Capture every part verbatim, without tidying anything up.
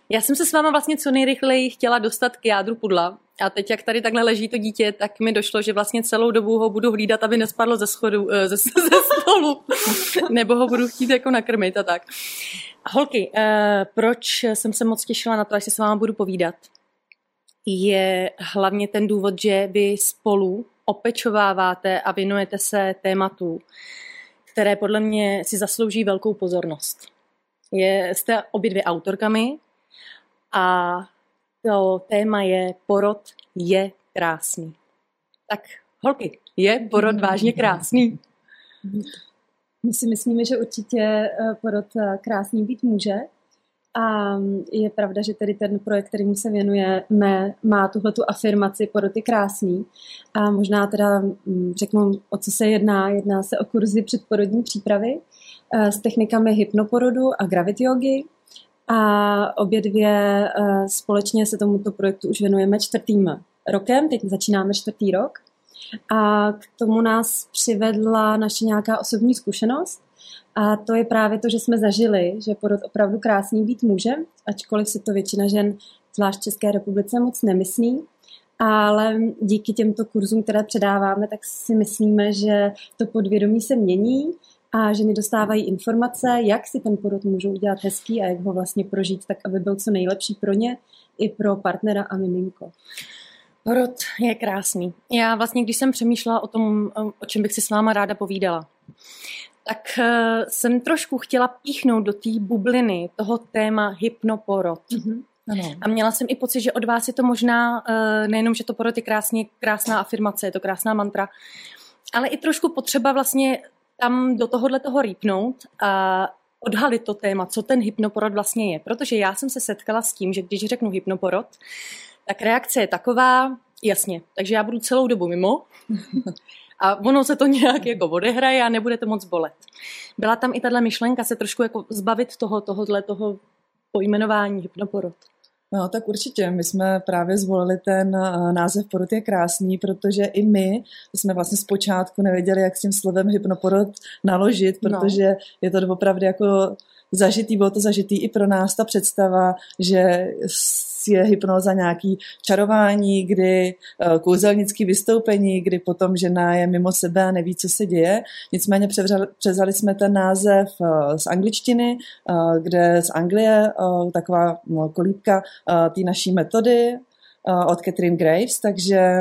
Já jsem se s váma vlastně co nejrychleji chtěla dostat k jádru pudla a teď, jak tady takhle leží to dítě, tak mi došlo, že vlastně celou dobu ho budu hlídat, aby nespadlo ze schodu, ze, ze stolu, nebo ho budu chtít jako nakrmit a tak. Holky, proč jsem se moc těšila na to, až se s váma budu povídat, je hlavně ten důvod, že vy spolu opečováváte a věnujete se tématu, které podle mě si zaslouží velkou pozornost. Je, jste obě dvě autorkami a to téma je porod je krásný. Tak holky, je porod vážně krásný? My si myslíme, že určitě porod krásný být může. A je pravda, že tedy ten projekt, kterému se věnujeme, má tuhletu afirmaci porod je krásný. A možná teda řeknu, o co se jedná. Jedná se o kurzy předporodní přípravy s technikami hypnoporodu a gravity jogy. A obě dvě společně se tomuto projektu už věnujeme čtvrtým rokem. Teď začínáme čtvrtý rok. A k tomu nás přivedla naše nějaká osobní zkušenost. A to je právě to, že jsme zažili, že porod opravdu krásný být může, ačkoliv si to většina žen, zvlášť v České republice, moc nemyslí. Ale díky těmto kurzům, které předáváme, tak si myslíme, že to podvědomí se mění a ženy dostávají informace, jak si ten porod můžou udělat hezký a jak ho vlastně prožít tak, aby byl co nejlepší pro ně i pro partnera a miminko. Porod je krásný. Já vlastně, když jsem přemýšlela o tom, o čem bych si s váma ráda povídala, tak uh, jsem trošku chtěla píchnout do té bubliny toho téma hypnoporod. Mm-hmm. Ano. A měla jsem i pocit, že od vás je to možná, uh, nejenom, že to porod je krásně, krásná afirmace, je to krásná mantra, ale i trošku potřeba vlastně tam do tohohle toho rýpnout a odhalit to téma, co ten hypnoporod vlastně je. Protože já jsem se setkala s tím, že když řeknu hypnoporod, tak reakce je taková, jasně, takže já budu celou dobu mimo a ono se to nějak jako odehraje a nebude to moc bolet. Byla tam i tato myšlenka se trošku jako zbavit toho, tohohle toho pojmenování hypnoporod. No tak určitě, my jsme právě zvolili ten název porod je krásný, protože i my jsme vlastně zpočátku nevěděli, jak s tím slovem hypnoporod naložit, protože no. je to opravdu jako zažitý, bylo to zažitý i pro nás ta představa, že je hypnóza nějaký čarování, kdy kouzelnický vystoupení, kdy potom žena je mimo sebe a neví, co se děje. Nicméně převzali jsme ten název z angličtiny, kde z Anglie taková kolíbka té naší metody od Catherine Graves, takže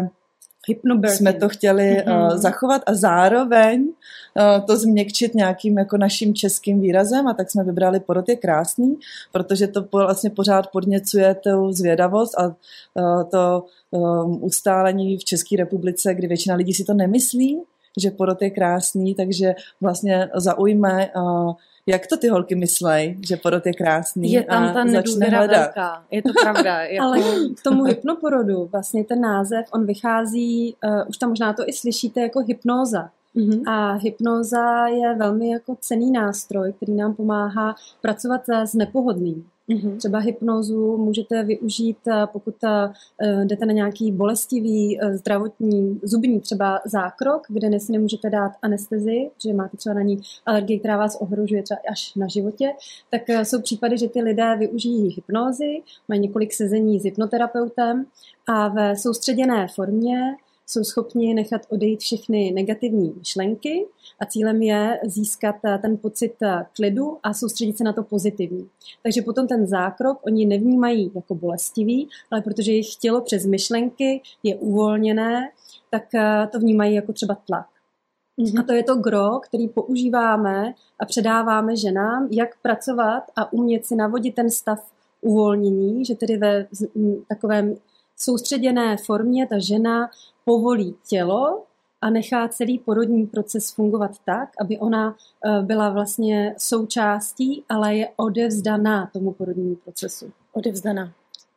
jsme to chtěli mm-hmm. uh, zachovat a zároveň uh, to změkčit nějakým jako naším českým výrazem a tak jsme vybrali porod je krásný, protože to vlastně pořád podněcuje tu zvědavost a uh, to um, ustálení v České republice, kdy většina lidí si to nemyslí, že porod je krásný, takže vlastně zaujme uh, jak to ty holky myslej, že porod je krásný je tam ta a začne hledat. Velká. Je to pravda. Jako... Ale k tomu hypnoporodu, vlastně ten název, on vychází, uh, už tam možná to i slyšíte, jako hypnóza. Mm-hmm. A hypnóza je velmi jako cenný nástroj, který nám pomáhá pracovat s nepohodlným. Mm-hmm. Třeba hypnózu můžete využít, pokud jdete na nějaký bolestivý zdravotní zubní třeba zákrok, kde si nemůžete dát anestezii, že máte třeba na ní alergii, která vás ohrožuje třeba až na životě, tak jsou případy, že ty lidé využijí hypnózy, mají několik sezení s hypnoterapeutem a ve soustředěné formě jsou schopni nechat odejít všechny negativní myšlenky a cílem je získat ten pocit klidu a soustředit se na to pozitivní. Takže potom ten zákrok oni nevnímají jako bolestivý, ale protože jejich tělo přes myšlenky je uvolněné, tak to vnímají jako třeba tlak. Mm-hmm. A to je to gro, který používáme a předáváme ženám, jak pracovat a umět si navodit ten stav uvolnění, že tedy ve takovém soustředěné formě ta žena povolí tělo a nechá celý porodní proces fungovat tak, aby ona byla vlastně součástí, ale je odevzdaná tomu porodnímu procesu. Odevzdaná.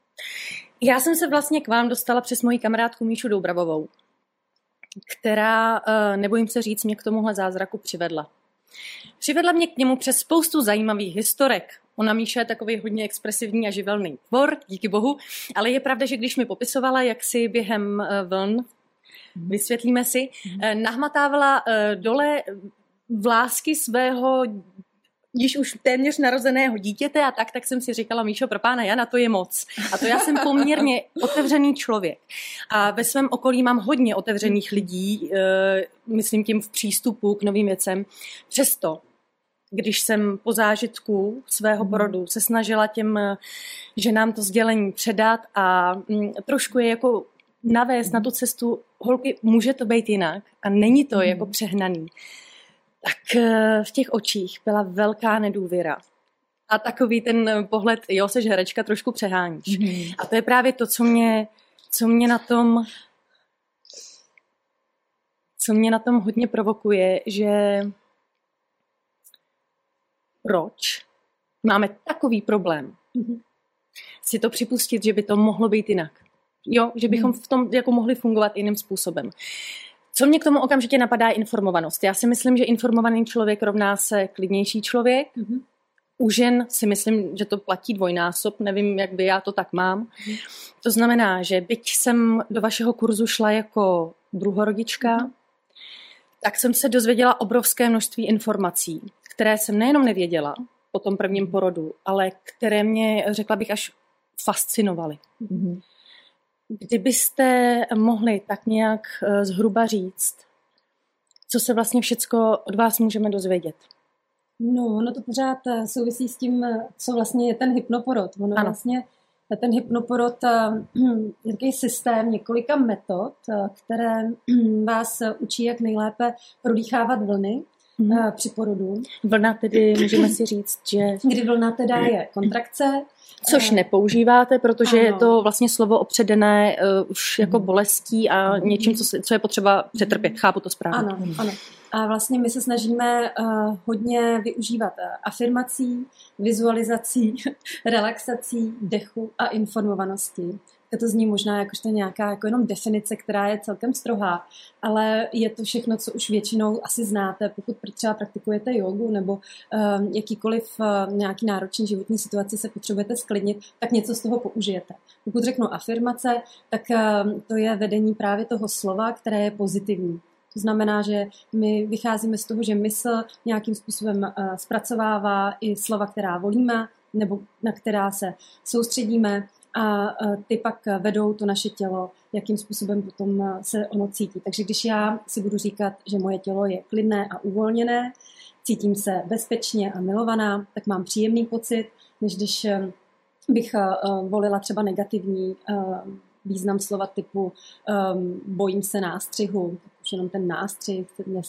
Já jsem se vlastně k vám dostala přes moji kamarádku Míšu Doubravovou, která, nebojím se říct, mě k tomuhle zázraku přivedla. Přivedla mě k němu přes spoustu zajímavých historek. Ona Míša je takový hodně expresivní a živelný tvor, díky bohu, ale je pravda, že když mi popisovala, jak si během vln, vysvětlíme si, nahmatávala dole vlásky svého když už téměř narozeného dítěte a tak, tak jsem si říkala, Míšo, pro pána Jana, to je moc. A to já jsem poměrně otevřený člověk. A ve svém okolí mám hodně otevřených lidí, myslím tím v přístupu k novým věcem. Přesto, když jsem po zážitku svého porodu se snažila těm ženám to sdělení předat a trošku je jako navést na tu cestu, holky, může to být jinak a není to jako přehnaný. Tak v těch očích byla velká nedůvěra. A takový ten pohled, jo, seš herečka, trošku přeháníš. Mm. A to je právě to, co mě, co mě na tom co mě na tom hodně provokuje, že proč máme takový problém mm. si to připustit, že by to mohlo být jinak. Jo, že bychom v tom jako mohli fungovat jiným způsobem. Co mě k tomu okamžitě napadá, je informovanost. Já si myslím, že informovaný člověk rovná se klidnější člověk. Mm-hmm. U žen si myslím, že to platí dvojnásob, nevím, jak by já to tak mám. Mm-hmm. To znamená, že byť jsem do vašeho kurzu šla jako druhorodička, mm-hmm. tak jsem se dozvěděla obrovské množství informací, které jsem nejenom nevěděla po tom prvním porodu, ale které mě, řekla bych, až fascinovaly. Mm-hmm. Kdybyste mohli tak nějak zhruba říct, co se vlastně všecko od vás můžeme dozvědět? No, ono to pořád souvisí s tím, co vlastně je ten hypnoporod. Ono ano. vlastně ten hypnoporod je takový systém několika metod, které vás učí, jak nejlépe prodýchávat vlny mm. při porodu. Vlna tedy, můžeme si říct, že... Kdy vlna teda je kontrakce. Což nepoužíváte, protože ano. je to vlastně slovo opředené uh, už jako bolestí a něčím, co, se, co je potřeba přetrpět. Chápu to správně. Ano, ano. A vlastně my se snažíme uh, hodně využívat uh, afirmací, vizualizací, relaxací, dechu a informovanosti. To zní možná jakožto nějaká jako jenom definice, která je celkem strohá, ale je to všechno, co už většinou asi znáte, pokud třeba praktikujete jogu nebo um, jakýkoliv uh, nějaký náročný životní situaci se potřebujete sklidnit, tak něco z toho použijete. Pokud řeknu afirmace, tak um, to je vedení právě toho slova, které je pozitivní. To znamená, že my vycházíme z toho, že mysl nějakým způsobem uh, zpracovává i slova, která volíme, nebo na která se soustředíme, a ty pak vedou to naše tělo, jakým způsobem potom se ono cítí. Takže když já si budu říkat, že moje tělo je klidné a uvolněné, cítím se bezpečně a milovaná, tak mám příjemný pocit, než když bych volila třeba negativní význam slova typu bojím se nástřihu, už jenom ten nástřih mě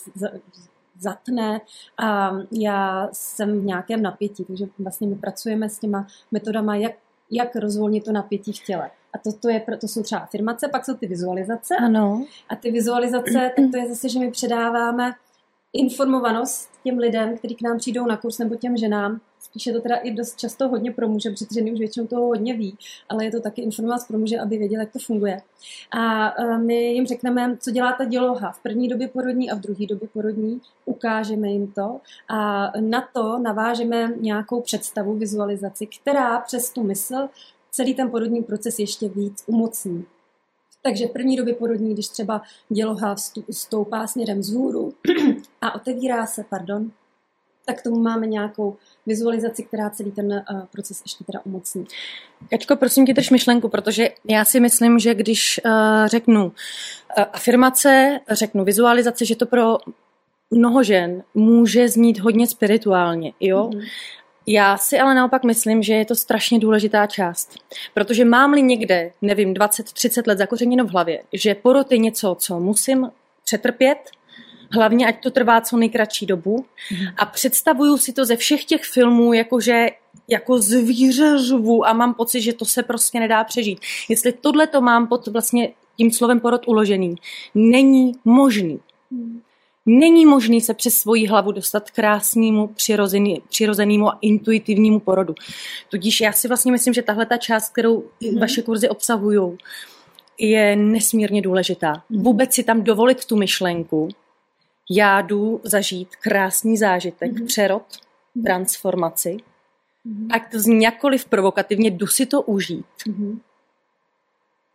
zatne a já jsem v nějakém napětí. Takže vlastně my pracujeme s těma metodama, jak jak rozvolnit to napětí v těle. A to, to, je, to jsou třeba afirmace, pak jsou ty vizualizace. Ano. A ty vizualizace, tak to je zase, že my předáváme informovanost těm lidem, kteří k nám přijdou na kurz, nebo těm ženám. Spíše to teda i dost často hodně pro muže, protože ženy už většinou toho hodně ví, ale je to taky informace pro muže, aby věděli, jak to funguje. A my jim řekneme, co dělá ta děloha v první době porodní a v druhé době porodní, ukážeme jim to a na to navážeme nějakou představu, vizualizaci, která přes tu mysl celý ten porodní proces ještě víc umocní. Takže v první době porodní, když třeba děloha stoupá směrem vzhůru a otevírá se, pardon, tak tomu máme nějakou vizualizaci, která celý ten uh, proces ještě teda umocní. Kačko, prosím tě drž myšlenku, protože já si myslím, že když uh, řeknu uh, afirmace, řeknu vizualizace, že to pro mnoho žen může znít hodně spirituálně, jo? Mm-hmm. Já si ale naopak myslím, že je to strašně důležitá část, protože mám-li někde, nevím, dvacet třicet let zakořeněno v hlavě, že porod je něco, co musím přetrpět, hlavně ať to trvá co nejkratší dobu mm. a představuju si to ze všech těch filmů, jakože jako zvíře řvu a mám pocit, že to se prostě nedá přežít. Jestli tohle to mám pod vlastně tím slovem porod uložený, není možný. Mm. Není možný se přes svoji hlavu dostat k krásnému, přirozený, přirozenému a intuitivnímu porodu. Tudíž já si vlastně myslím, že tahle ta část, kterou mm. vaše kurzy obsahují, je nesmírně důležitá. Mm. Vůbec si tam dovolit tu myšlenku, já jdu zažít krásný zážitek, mm. přerod, mm. transformaci, mm. ať to zní jakkoliv provokativně, jdu si to užít. Mm.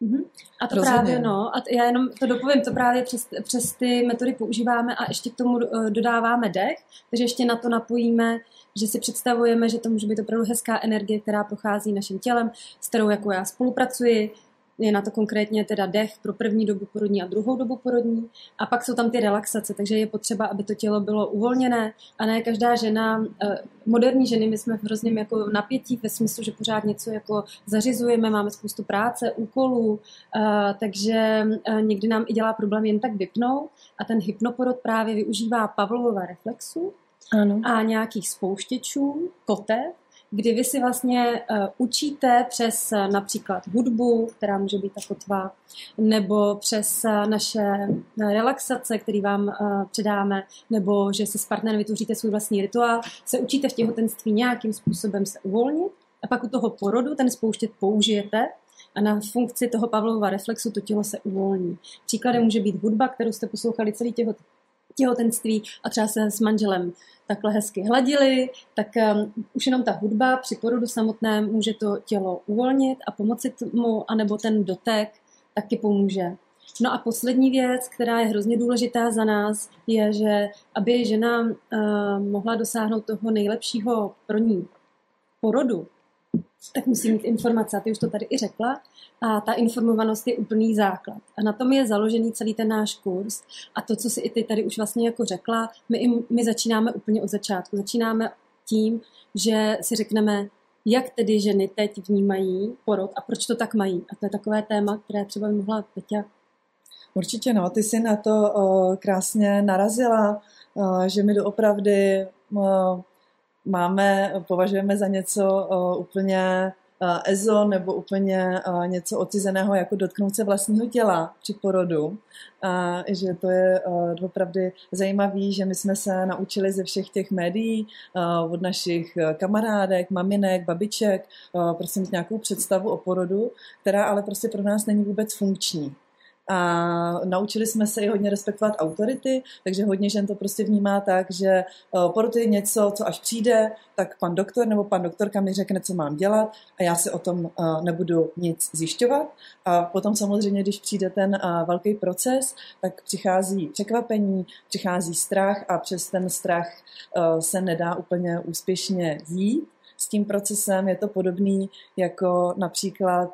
Mm-hmm. A to Rozhodně. právě, no, a t- já jenom to dopovím, to právě přes, přes ty metody používáme a ještě k tomu uh, dodáváme dech, takže ještě na to napojíme, že si představujeme, že to může být opravdu hezká energie, která prochází naším tělem, s kterou jako já spolupracuji. Je na to konkrétně teda dech pro první dobu porodní a druhou dobu porodní. A pak jsou tam ty relaxace, takže je potřeba, aby to tělo bylo uvolněné a ne každá žena, moderní ženy, my jsme v hrozném jako napětí ve smyslu, že pořád něco jako zařizujeme, máme spoustu práce, úkolů, takže někdy nám i dělá problém jen tak vypnout a ten hypnoporod právě využívá Pavlovova reflexu ano. a nějakých spouštěčů, kotev, kdy vy si vlastně uh, učíte přes uh, například hudbu, která může být ta kotva, nebo přes uh, naše uh, relaxace, který vám uh, předáme, nebo že si s partnerem vytvoříte svůj vlastní rituál, se učíte v těhotenství nějakým způsobem se uvolnit a pak u toho porodu ten spouštět použijete a na funkci toho Pavlova reflexu to tělo se uvolní. Příkladem může být hudba, kterou jste poslouchali celý těhot, těhotenství a třeba se s manželem takhle hezky hladili, tak um, už jenom ta hudba při porodu samotném může to tělo uvolnit a pomoci mu, anebo ten dotek taky pomůže. No a poslední věc, která je hrozně důležitá za nás, je, že aby žena uh, mohla dosáhnout toho nejlepšího pro ní porodu, tak musí mít informace, a ty už to tady i řekla, a ta informovanost je úplný základ. A na tom je založený celý ten náš kurz a to, co si i ty tady už vlastně jako řekla, my, my začínáme úplně od začátku. Začínáme tím, že si řekneme, jak tedy ženy teď vnímají porod a proč to tak mají. A to je takové téma, které třeba by mohla Peťa. Určitě, no, ty jsi na to o, krásně narazila, o, že my doopravdy o, máme, považujeme za něco o, úplně o, ezo nebo úplně o, něco odcizeného, jako dotknout se vlastního těla při porodu. A že to je o, opravdu zajímavý, že my jsme se naučili ze všech těch médií, o, od našich kamarádek, maminek, babiček, o, prostě mít nějakou představu o porodu, která ale prostě pro nás není vůbec funkční. A naučili jsme se i hodně respektovat autority, takže hodně žen to prostě vnímá tak, že porod je něco, co až přijde, tak pan doktor nebo pan doktorka mi řekne, co mám dělat a já si o tom nebudu nic zjišťovat. A potom samozřejmě, když přijde ten velký proces, tak přichází překvapení, přichází strach a přes ten strach se nedá úplně úspěšně jít. S tím procesem je to podobný jako například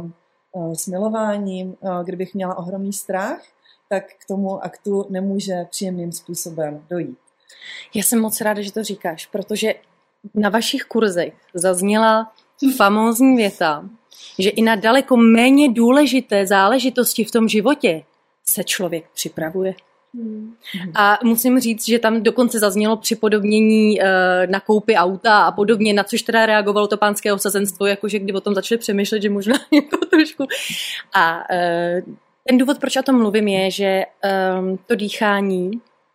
s milováním, kdybych měla ohromný strach, tak k tomu aktu nemůže příjemným způsobem dojít. Já jsem moc ráda, že to říkáš, protože na vašich kurzech zazněla famózní věta, že i na daleko méně důležité záležitosti v tom životě se člověk připravuje. Hmm. A musím říct, že tam dokonce zaznělo připodobnění e, na koupi auta a podobně, na což teda reagovalo to pánské osazenstvo, jakože kdy o tom začali přemýšlet, že možná jako trošku. A e, ten důvod, proč o tom mluvím, je, že e, to dýchání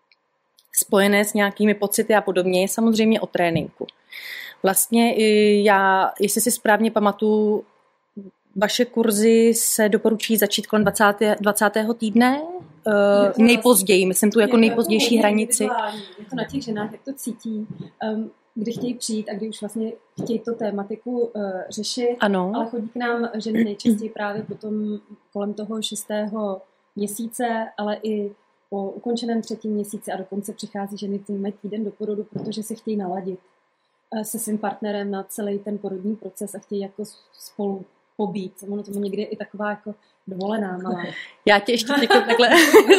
spojené s nějakými pocity a podobně je samozřejmě o tréninku. Vlastně já, jestli si správně pamatuju, vaše kurzy se doporučují začít kolem dvacátého dvacátého týdne, uh, nejpozději, myslím tu jako nejpozdější hranici. Je to na těch ženách, jak to cítí, um, kdy chtějí přijít a kdy už vlastně chtějí tu tématiku uh, řešit, ano. Ale chodí k nám ženy nejčastěji právě potom kolem toho šestého měsíce, ale i po ukončeném třetím měsíci a dokonce přichází ženy, kteří mají týden do porodu, protože se chtějí naladit uh, se svým partnerem na celý ten porodní proces a chtějí jako spolu pobít. Ono to někdy je i taková jako dovolená malá. Já tě ještě děkuji takhle.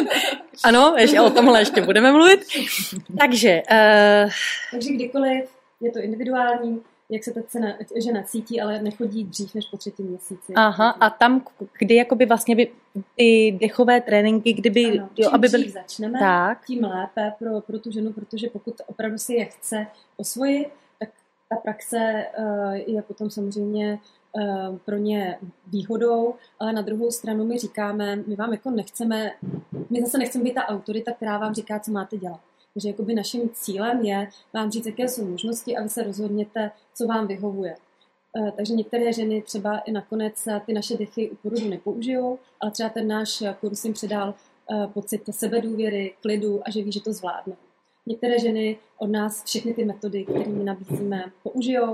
Ano, ještě o tomhle ještě budeme mluvit. Takže... Uh... Takže kdykoliv je to individuální, jak se ta cena, žena cítí, ale nechodí dřív než po třetím měsíci. Aha, a tam, kdy jakoby vlastně by ty dechové tréninky, kdyby... Ano, jo, čím aby dřív byly... začneme, tak. tím lépe pro, pro tu ženu, protože pokud opravdu si je chce osvojit, tak ta praxe uh, je potom samozřejmě pro ně výhodou, ale na druhou stranu my říkáme, my vám jako nechceme, my zase nechceme být ta autorita, která vám říká, co máte dělat. Takže jakoby naším cílem je vám říct, jaké jsou možnosti a vy se rozhodněte, co vám vyhovuje. Takže některé ženy třeba i nakonec ty naše dechy u porodu nepoužijou, ale třeba ten náš kurz jim předal pocit sebedůvěry, klidu a že ví, že to zvládnou. Některé ženy od nás všechny ty metody, které my nabízíme, použijou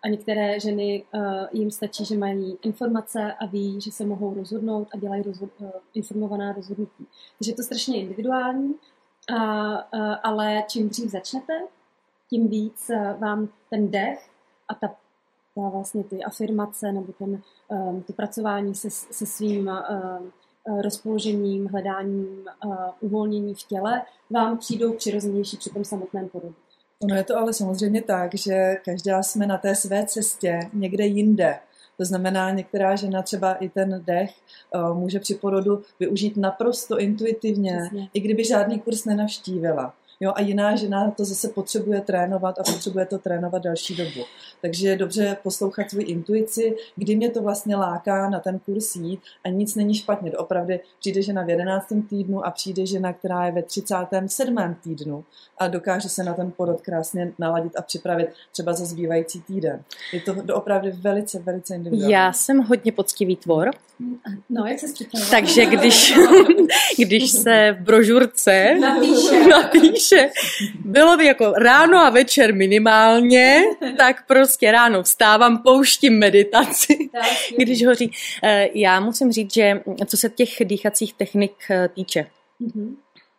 A některé ženy uh, jim stačí, že mají informace a ví, že se mohou rozhodnout a dělají rozhod, uh, informovaná rozhodnutí. Takže je to strašně individuální, uh, uh, ale čím dřív začnete, tím víc uh, vám ten dech a ta, ta vlastně ty afirmace nebo ten, um, to pracování se, se svým uh, rozpoložením, hledáním uh, uvolnění v těle vám přijdou přirozenější při tom samotném porodu. Ono je to ale samozřejmě tak, že každá jsme na té své cestě někde jinde. To znamená, některá žena třeba i ten dech uh, může při porodu využít naprosto intuitivně, Přesně. i kdyby žádný kurz nenavštívila. Jo, a jiná žena to zase potřebuje trénovat a potřebuje to trénovat další dobu. Takže je dobře poslouchat svou intuici, kdy mě to vlastně láká na ten kurz jít a nic není špatně. Opravdu přijde žena v jedenáctém týdnu a přijde žena, která je ve třicátém sedmém týdnu a dokáže se na ten porod krásně naladit a připravit třeba za zbývající týden. Je to opravdu velice, velice individuální. Já jsem hodně poctivý tvor. No, jak se připravila? Takže když, když se v brožurce napíše. napíše, bylo by jako ráno a večer minimálně, tak prostě ráno vstávám, pouštím meditaci, když hoří. Já musím říct, že co se těch dýchacích technik týče, mm-hmm.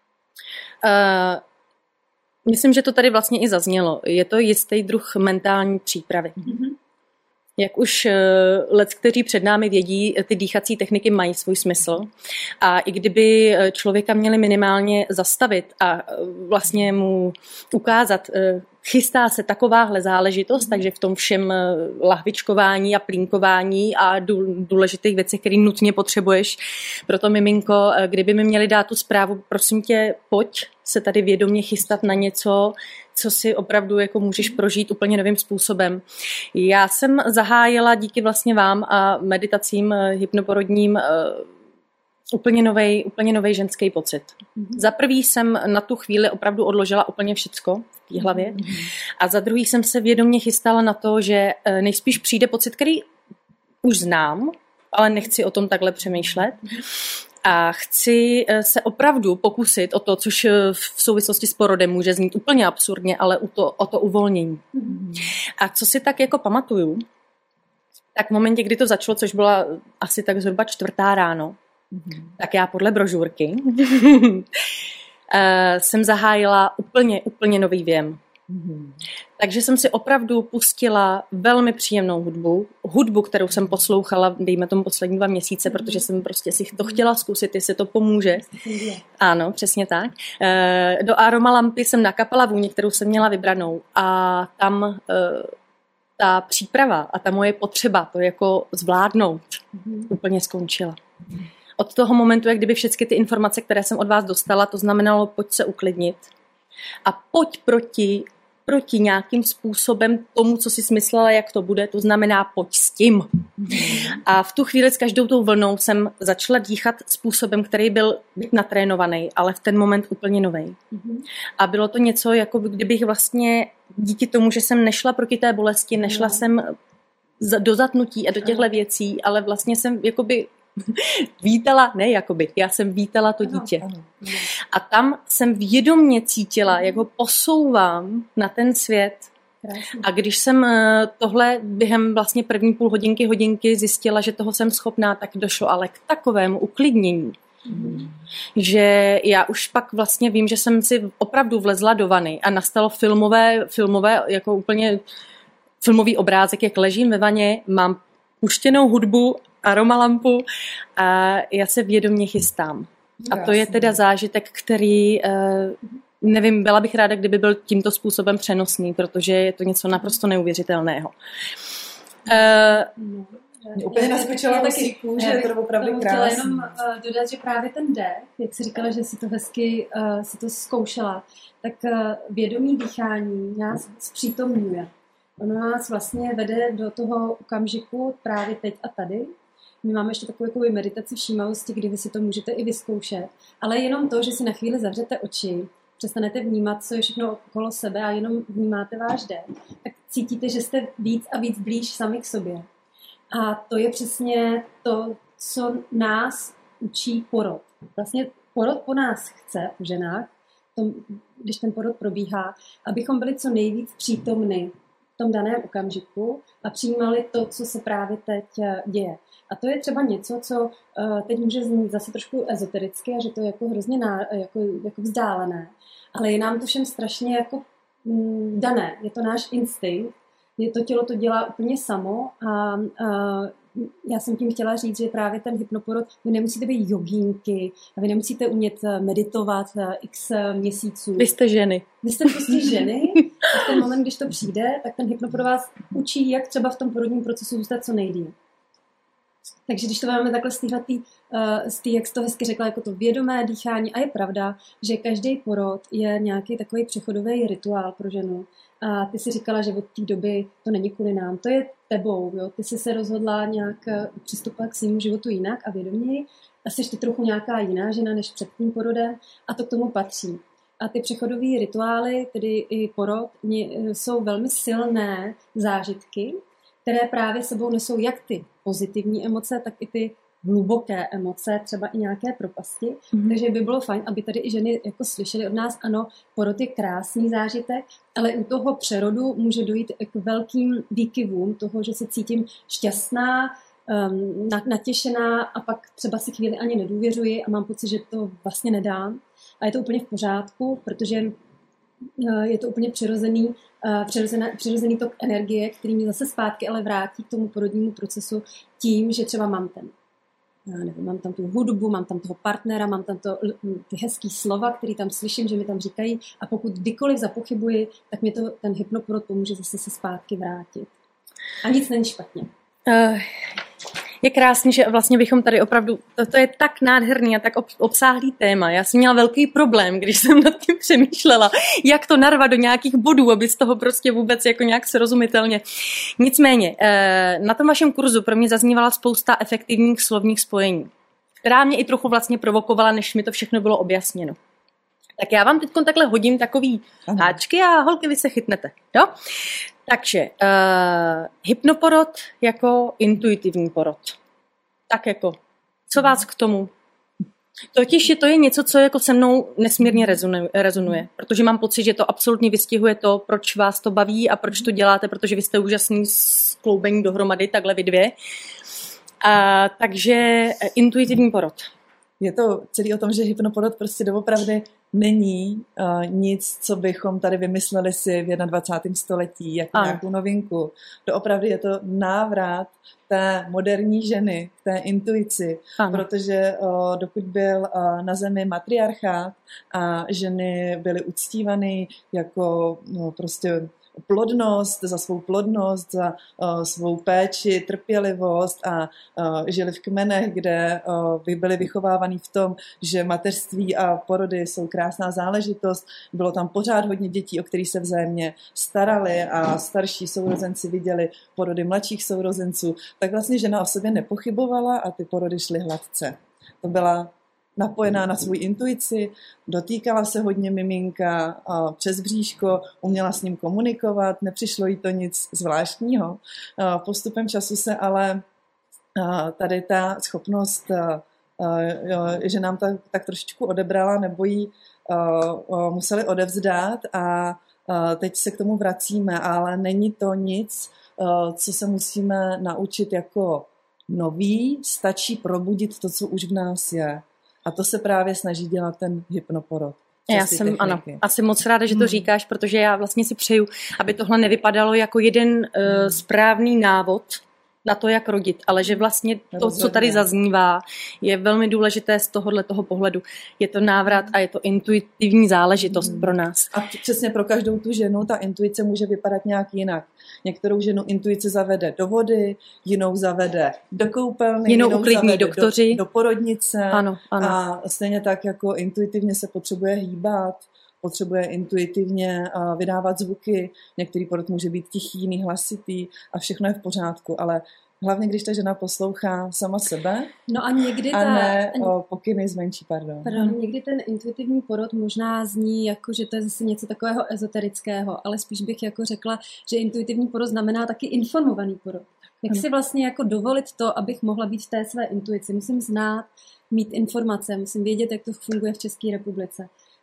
myslím, že to tady vlastně i zaznělo. Je to jistý druh mentální přípravy. Mm-hmm. Jak už let, kteří před námi vědí, ty dýchací techniky mají svůj smysl. A i kdyby člověka měli minimálně zastavit a vlastně mu ukázat, chystá se takováhle záležitost, takže v tom všem lahvičkování a plínkování a důležitých věcech, které nutně potřebuješ pro to miminko, kdyby mi měli dát tu zprávu, prosím tě, pojď se tady vědomě chystat na něco, co si opravdu jako můžeš prožít úplně novým způsobem. Já jsem zahájila díky vlastně vám a meditacím hypnoporodním úplně novej, úplně novej ženský pocit. Mm-hmm. Za prvý jsem na tu chvíli opravdu odložila úplně všecko v té hlavě mm-hmm. a za druhý jsem se vědomě chystala na to, že nejspíš přijde pocit, který už znám, ale nechci o tom takhle přemýšlet. A chci se opravdu pokusit o to, což v souvislosti s porodem může znít úplně absurdně, ale o to, o to uvolnění. Mm. A co si tak jako pamatuju, tak v momentě, kdy to začalo, což byla asi tak zhruba čtvrtá ráno, mm. tak já podle brožurky jsem zahájila úplně, úplně nový věm. Mm. Takže jsem si opravdu pustila velmi příjemnou hudbu, hudbu, kterou jsem poslouchala, dejme tomu poslední dva měsíce, protože jsem prostě si to chtěla zkusit, jestli to pomůže. Ano, přesně tak. Do aromalampy jsem nakapala vůni, kterou jsem měla vybranou a tam ta příprava a ta moje potřeba to jako zvládnout úplně skončila. Od toho momentu, jak kdyby všechny ty informace, které jsem od vás dostala, to znamenalo pojď se uklidnit a pojď proti proti nějakým způsobem tomu, co si smyslela, jak to bude, to znamená pojď s tím. A v tu chvíli s každou tou vlnou jsem začala dýchat způsobem, který byl natrénovaný, ale v ten moment úplně novej. A bylo to něco, jako kdybych vlastně díky tomu, že jsem nešla proti té bolesti, nešla jsem do zatnutí a do těchto věcí, ale vlastně jsem jakoby vítala, ne jakoby, já jsem vítala to dítě. Ano, ano. A tam jsem vědomě cítila, jak ho posouvám na ten svět. Krásně. A když jsem tohle během vlastně první půl hodinky, hodinky zjistila, že toho jsem schopná, tak došlo ale k takovému uklidnění, mm. že já už pak vlastně vím, že jsem si opravdu vlezla do vany a nastalo filmové, filmové jako úplně filmový obrázek, jak ležím ve vaně, mám puštěnou hudbu, aromalampu a já se vědomě chystám. A to je teda zážitek, který, nevím, byla bych ráda, kdyby byl tímto způsobem přenosný, protože je to něco naprosto neuvěřitelného. Mě úplně naskočila taky kůže, je to opravdu krásný. Chtěla jenom dodat, že právě ten dech, jak jsi říkala, že si to hezky si to zkoušela, tak vědomí dýchání nás zpřítomňuje. Ono nás vlastně vede do toho okamžiku právě teď a tady. My máme ještě takovou jako meditaci všímavosti, kdy vy si to můžete i vyzkoušet, ale jenom to, že si na chvíli zavřete oči, přestanete vnímat, co je všechno okolo sebe a jenom vnímáte váš dech, tak cítíte, že jste víc a víc blíž sami k sobě. A to je přesně to, co nás učí porod. Vlastně porod po nás chce, v ženách, tom, když ten porod probíhá, abychom byli co nejvíc přítomni v tom daném okamžiku a přijímali to, co se právě teď děje. A to je třeba něco, co teď může znít zase trošku ezotericky a že to je jako hrozně ná, jako, jako vzdálené, ale je nám to všem strašně jako mm, dané. Je to náš instinkt, je to tělo to dělá úplně samo a, a já jsem tím chtěla říct, že právě ten hypnoporod, vy nemusíte být jogínky a vy nemusíte umět meditovat x měsíců. Vy jste ženy. Vy jste prostě ženy a v ten moment, když to přijde, tak ten hypnoporod vás učí, jak třeba v tom porodním procesu zůstat co nejdýl. Takže když to máme takhle z té, uh, jak jsi to hezky řekla, jako to vědomé dýchání, a je pravda, že každý porod je nějaký takový přechodový rituál pro ženu. A ty si říkala, že od té doby to není kvůli nám, to je tebou, jo? Ty jsi se rozhodla nějak přistupovat k svému životu jinak a vědoměji a jsi ty trochu nějaká jiná žena než před tím porodem a to k tomu patří. A ty přechodové rituály, tedy i porod, jsou velmi silné zážitky, které právě sebou nesou jak ty pozitivní emoce, tak i ty hluboké emoce, třeba i nějaké propasti. Mm-hmm. Takže by bylo fajn, aby tady i ženy jako slyšely od nás, ano, porod je krásný zážitek, ale u toho přerodu může dojít k velkým výkyvům toho, že se cítím šťastná, um, natěšená a pak třeba si chvíli ani nedůvěřuji a mám pocit, že to vlastně nedám. A je to úplně v pořádku, protože je to úplně přirozený, přirozený, přirozený tok energie, který mě zase zpátky ale vrátí k tomu porodnímu procesu tím, že třeba mám ten, já nevím, mám tam tu hudbu, mám tam toho partnera, mám tam to, ty hezký slova, který tam slyším, že mi tam říkají a pokud kdykoliv zapochybuji, tak mě to ten hypnoporod pomůže zase se zpátky vrátit. A nic není špatně. Uh, je krásný, že vlastně bychom tady opravdu, to, to je tak nádherný a tak obsáhlý téma. Já jsem měla velký problém, když jsem nad tím přemýšlela, jak to narvat do nějakých bodů, aby z toho prostě vůbec jako nějak srozumitelně. Nicméně, na tom vašem kurzu pro mě zaznívala spousta efektivních slovních spojení, která mě i trochu vlastně provokovala, než mi to všechno bylo objasněno. Tak já vám teď takhle hodím takový Aha. háčky a holky, vy se chytnete. Jo? Takže uh, hypnoporod jako intuitivní porod. Tak jako, co vás k tomu? Totiž je to je něco, co jako se mnou nesmírně rezonuje, rezonuje, protože mám pocit, že to absolutně vystihuje to, proč vás to baví a proč to děláte, protože vy jste úžasný skloubení dohromady, takhle vy dvě. Uh, takže intuitivní porod. Je to celý o tom, že hypnoporod prostě doopravdy není uh, nic, co bychom tady vymysleli si v dvacátém prvním století jako ano. nějakou novinku. Doopravdy je to návrat té moderní ženy, té intuici, ano. protože uh, dokud byl uh, na zemi matriarchát a ženy byly uctívány jako no, prostě plodnost, za svou plodnost, za uh, svou péči, trpělivost a uh, žili v kmenech, kde uh, byli vychovávaní v tom, že mateřství a porody jsou krásná záležitost. Bylo tam pořád hodně dětí, o kterých se vzájemně starali a starší sourozenci viděli porody mladších sourozenců. Tak vlastně žena o sobě nepochybovala a ty porody šly hladce. To byla napojená na svou intuici, dotýkala se hodně miminka přes bříško, uměla s ním komunikovat, nepřišlo jí to nic zvláštního. Postupem času se ale tady ta schopnost, že nám tak, tak trošičku odebrala, nebo ji museli odevzdát a teď se k tomu vracíme, ale není to nic, co se musíme naučit jako nový, stačí probudit to, co už v nás je. A to se právě snaží dělat ten hypnoporod. Já jsem, techniky. Ano, asi moc ráda, že to hmm. říkáš, protože já vlastně si přeju, aby tohle nevypadalo jako jeden uh, hmm. správný návod na to, jak rodit, ale že vlastně to, Rozhodně. co tady zaznívá, je velmi důležité z tohohle toho pohledu. Je to návrat a je to intuitivní záležitost hmm. pro nás. A přesně pro každou tu ženu ta intuice může vypadat nějak jinak. Některou ženu intuice zavede do vody, jinou zavede do koupelny, jinou, jinou uklidní doktoři. Do, do porodnice. Ano, ano. A stejně tak jako intuitivně se potřebuje hýbat, potřebuje intuitivně vydávat zvuky. Některý porod může být tichý, jiný hlasitý a všechno je v pořádku, ale hlavně, když ta žena poslouchá sama sebe no a, někdy ta, a ne o pokyny zmenší, pardon. Pardon, někdy ten intuitivní porod možná zní jako, že to je zase něco takového ezoterického, ale spíš bych jako řekla, že intuitivní porod znamená taky informovaný porod. Jak si vlastně jako dovolit to, abych mohla být v té své intuici. Musím znát, mít informace, musím vědět, jak to funguje v České republice.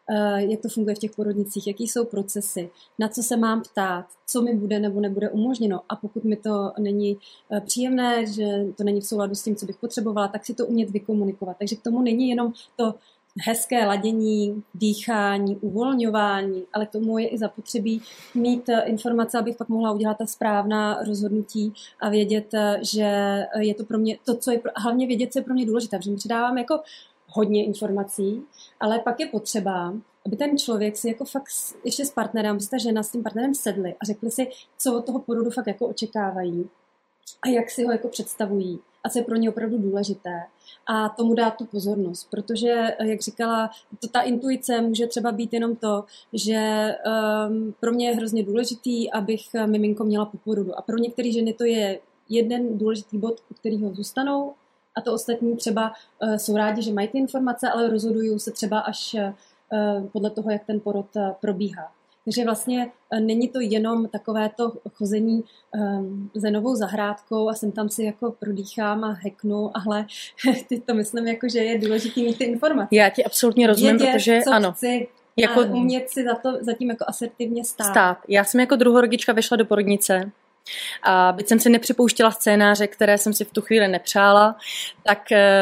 jak to funguje v těch porodnicích, jaký jsou procesy, na co se mám ptát, co mi bude nebo nebude umožněno. A pokud mi to není příjemné, že to není v souladu s tím, co bych potřebovala, tak si to umět vykomunikovat. Takže k tomu není jenom to hezké ladění, dýchání, uvolňování, ale k tomu je i zapotřebí mít informace, abych pak mohla udělat ta správná rozhodnutí a vědět, že je to pro mě, to, co je, hlavně vědět, co je pro mě důležité, protože my předáváme jako hodně informací, ale pak je potřeba, aby ten člověk si jako fakt ještě s partnerem, aby ta žena s tím partnerem sedli a řekli si, co od toho porodu fakt jako očekávají a jak si ho jako představují a co je pro ně opravdu důležité. A tomu dát tu pozornost, protože, jak říkala, to, ta intuice může třeba být jenom to, že um, pro mě je hrozně důležitý, abych miminko měla po porodu. A pro některé ženy to je jeden důležitý bod, u kterého zůstanou, a to ostatní třeba uh, jsou rádi, že mají ty informace, ale rozhodují se třeba až uh, podle toho, jak ten porod uh, probíhá. Takže vlastně není to jenom takové to chození um, za novou zahrádkou a sem tam si jako prodýchám a heknu, ale ty to myslím, jako, že je důležité mít ty informace. Já ti absolutně rozumím, vědět, protože co ano. Chci, jako, a umět si za to, zatím jako asertivně stát. stát. Já jsem jako druhorodička vešla do porodnice a byť jsem si nepřipouštěla scénáře, které jsem si v tu chvíli nepřála, tak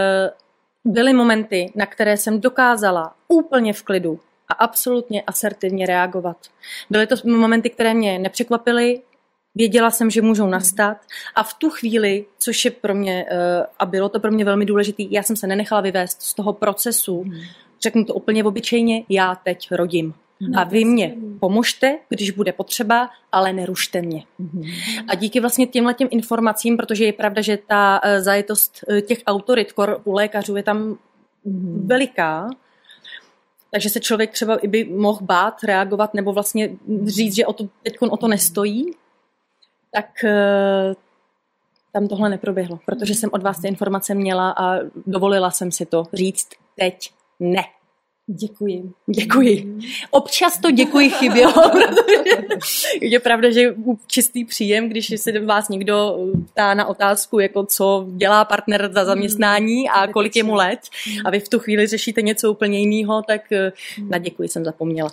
uh, byly momenty, na které jsem dokázala úplně v klidu a absolutně asertivně reagovat. Byly to momenty, které mě nepřekvapily, věděla jsem, že můžou nastat a v tu chvíli, což je pro mě, a bylo to pro mě velmi důležité, já jsem se nenechala vyvést z toho procesu, hmm. řeknu to úplně obyčejně, já teď rodím. Hmm. A vy mě pomožte, když bude potřeba, ale nerušte mě. Hmm. A díky vlastně těmhletěm informacím, protože je pravda, že ta zajetost těch autorit u lékařů je tam hmm. veliká, takže se člověk třeba i by mohl bát, reagovat nebo vlastně říct, že o to, teďkon o to nestojí, tak uh, tam tohle neproběhlo, protože jsem od vás ty informace měla a dovolila jsem si to říct teď ne. Děkuji. Děkuji. Občas to děkuji chybělo, protože je pravda, že čistý příjem, když se vás někdo ptá na otázku, jako co dělá partner za zaměstnání a kolik je mu let a vy v tu chvíli řešíte něco úplně jiného, tak na děkuji jsem zapomněla.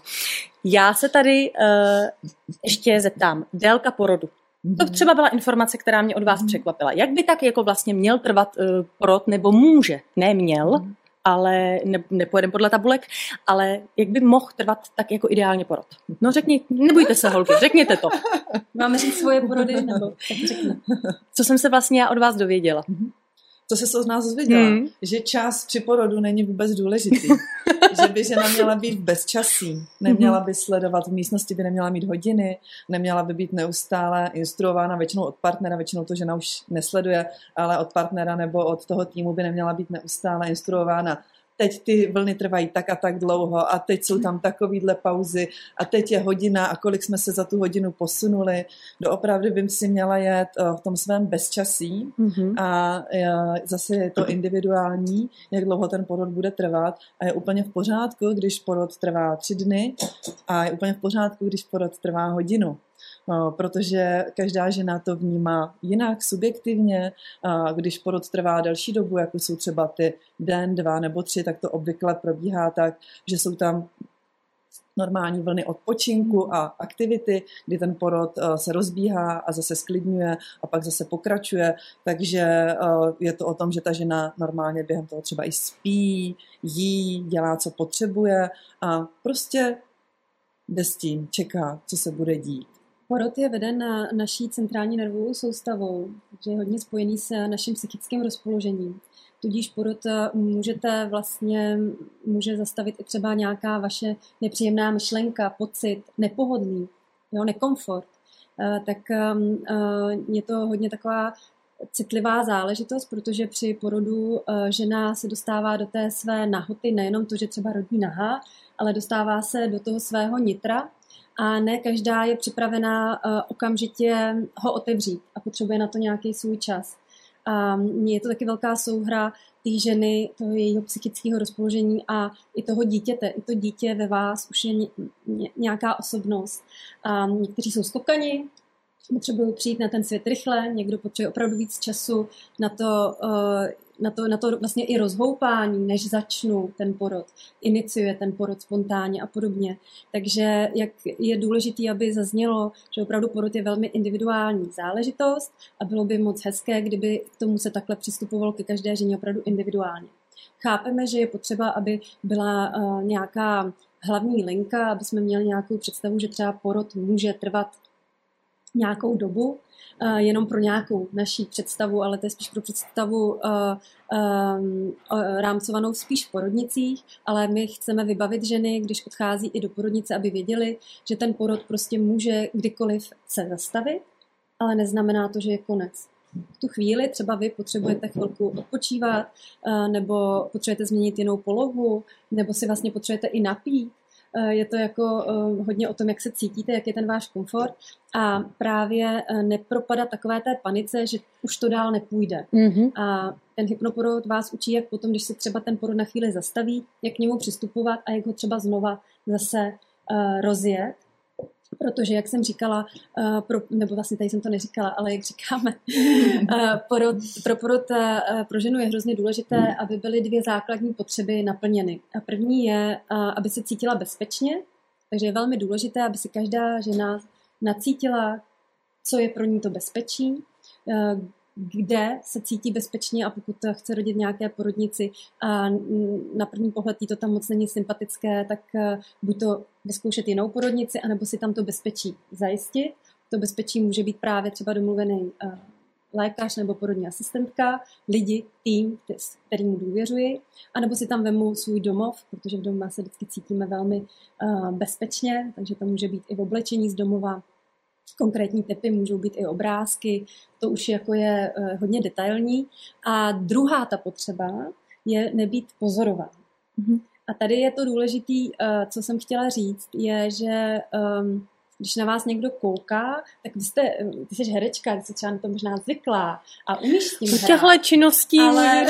Já se tady uh, ještě zeptám. Délka porodu. To třeba byla informace, která mě od vás překvapila. Jak by tak jako vlastně měl trvat uh, porod, nebo může, ne měl, ale ne, nepojedeme podle tabulek, ale jak by mohl trvat tak jako ideálně porod? No řekni, nebojte se holky, řekněte to. Máme říct svoje porody, nebo tak řekne. Co jsem se vlastně já od vás dověděla? Co jsi se od nás dozvěděla? Hmm. Že čas při porodu není vůbec důležitý. Že by žena měla být v bezčasí. Neměla by sledovat v místnosti, by neměla mít hodiny, neměla by být neustále instruována většinou od partnera, většinou to žena už nesleduje, ale od partnera nebo od toho týmu by neměla být neustále instruována. Teď ty vlny trvají tak a tak dlouho a teď jsou tam takovýhle pauzy a teď je hodina a kolik jsme se za tu hodinu posunuli. Doopravdy bym si měla jet v tom svém bezčasí mm-hmm. a zase je to individuální, jak dlouho ten porod bude trvat a je úplně v pořádku, když porod trvá tři dny a je úplně v pořádku, když porod trvá hodinu. No, protože každá žena to vnímá jinak, subjektivně. A když porod trvá delší dobu, jako jsou třeba ty den, dva nebo tři, tak to obvykle probíhá tak, že jsou tam normální vlny odpočinku a aktivity, kdy ten porod se rozbíhá a zase sklidňuje a pak zase pokračuje. Takže je to o tom, že ta žena normálně během toho třeba i spí, jí, dělá, co potřebuje a prostě jde s tím, čeká, co se bude dít. Porod je veden na naší centrální nervovou soustavou, takže je hodně spojený s naším psychickým rozpoložením. Tudíž porod můžete vlastně, může zastavit i třeba nějaká vaše nepříjemná myšlenka, pocit, nepohodlí, jo, nekomfort. Tak je to hodně taková citlivá záležitost, protože při porodu žena se dostává do té své nahoty, nejenom to, že třeba rodí nahá, ale dostává se do toho svého nitra, a ne každá je připravená uh, okamžitě ho otevřít a potřebuje na to nějaký svůj čas. A je to taky velká souhra té ženy, toho jejího psychického rozpoložení a i toho dítěte. I to dítě ve vás už je nějaká osobnost. A někteří jsou skokani, potřebují přijít na ten svět rychle, někdo potřebuje opravdu víc času na to, uh, na to, na to vlastně i rozhoupání, než začnu ten porod, iniciuje ten porod spontánně a podobně. Takže jak je důležité, aby zaznělo, že opravdu porod je velmi individuální záležitost a bylo by moc hezké, kdyby k tomu se takhle přistupovalo ke každé ženě opravdu individuálně. Chápeme, že je potřeba, aby byla uh, nějaká hlavní linka, aby jsme měli nějakou představu, že třeba porod může trvat nějakou dobu, uh, jenom pro nějakou naší představu, ale to je spíš pro představu uh, um, uh, rámcovanou spíš v porodnicích, ale my chceme vybavit ženy, když odchází i do porodnice, aby věděli, že ten porod prostě může kdykoliv se zastavit, ale neznamená to, že je konec. V tu chvíli třeba vy potřebujete chvilku odpočívat, nebo potřebujete změnit jinou polohu, nebo si vlastně potřebujete i napít. Je to jako hodně o tom, jak se cítíte, jak je ten váš komfort a právě nepropadat takové té panice, že už to dál nepůjde. Mm-hmm. A ten hypnoporod vás učí, jak potom, když se třeba ten porod na chvíli zastaví, jak k němu přistupovat a jak ho třeba znova zase rozjet. Protože, jak jsem říkala, uh, pro, nebo vlastně tady jsem to neříkala, ale jak říkáme, uh, porod, pro porod uh, pro ženu je hrozně důležité, aby byly dvě základní potřeby naplněny. A první je, uh, aby se cítila bezpečně, takže je velmi důležité, aby si každá žena nacítila, co je pro ní to bezpečí, uh, kde se cítí bezpečně a pokud chce rodit nějaké porodnici a na první pohled jí to tam moc není sympatické, tak buď to vyzkoušet jinou porodnici, anebo si tam to bezpečí zajistit. To bezpečí může být právě třeba domluvený lékař nebo porodní asistentka, lidi, tým, kterým důvěřuji, anebo si tam vemu svůj domov, protože v domu se vždycky cítíme velmi bezpečně, takže to může být i v oblečení z domova. Konkrétní typy můžou být i obrázky, to už jako je hodně detailní. A druhá ta potřeba je nebýt pozorován. Mm-hmm. A tady je to důležitý, co jsem chtěla říct, je, že um, když na vás někdo kouká, tak vy jste, ty jsi herečka, ty jsi třeba na to možná zvyklá a umíš s tím hrát. Těchhle činností. Ale,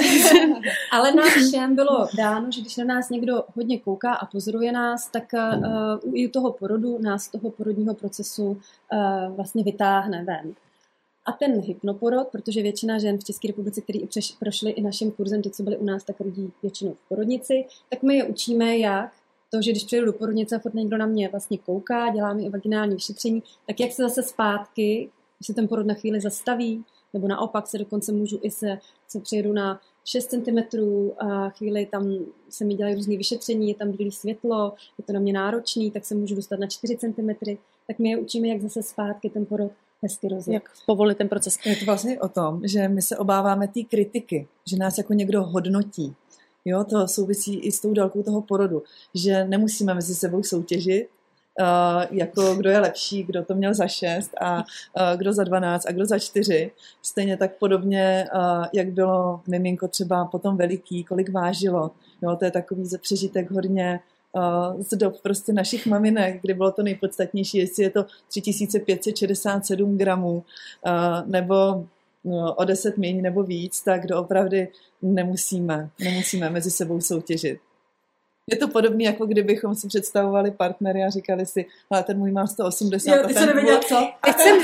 ale nám všem bylo dáno, že když na nás někdo hodně kouká a pozoruje nás, tak uh, i u toho porodu nás z toho porodního procesu uh, vlastně vytáhne ven. A ten hypnoporod, protože většina žen v České republice, který přeš, prošly i naším kurzem, ty, co byly u nás, tak rodí většinou v porodnici, tak my je učíme, jak to, že když přijedu do porodnice a furt někdo na mě vlastně kouká, dělá mi i vaginální vyšetření, tak jak se zase zpátky, když se ten porod na chvíli zastaví, nebo naopak se dokonce můžu i se, se přijedu na šest centimetrů a chvíli tam se mi dělají různé vyšetření, je tam bílé světlo, je to na mě náročný, tak se můžu dostat na čtyři centimetry, tak my je učíme, jak zase zpátky ten porod hezky rozjet. Jak povolit ten proces. Je to vlastně o tom, že my se obáváme té kritiky, že nás jako někdo hodnotí. Jo, to souvisí i s tou délkou toho porodu, že nemusíme mezi sebou soutěžit, uh, jako kdo je lepší, kdo to měl za šest a uh, kdo za dvanáct a kdo za čtyři. Stejně tak podobně, uh, jak bylo miminko třeba potom veliký, kolik vážilo. Jo, to je takový přežitek hodně uh, z dob prostě našich maminek, kdy bylo to nejpodstatnější, jestli je to tři tisíce pět set šedesát sedm gramů uh, nebo no, o deset méně nebo víc, tak doopravdy nemusíme, nemusíme mezi sebou soutěžit. Je to podobné, jako kdybychom si představovali partnery a říkali si, ale ten můj má sto osmdesát. Jo, ty se nevěděla, co? Teď jsem,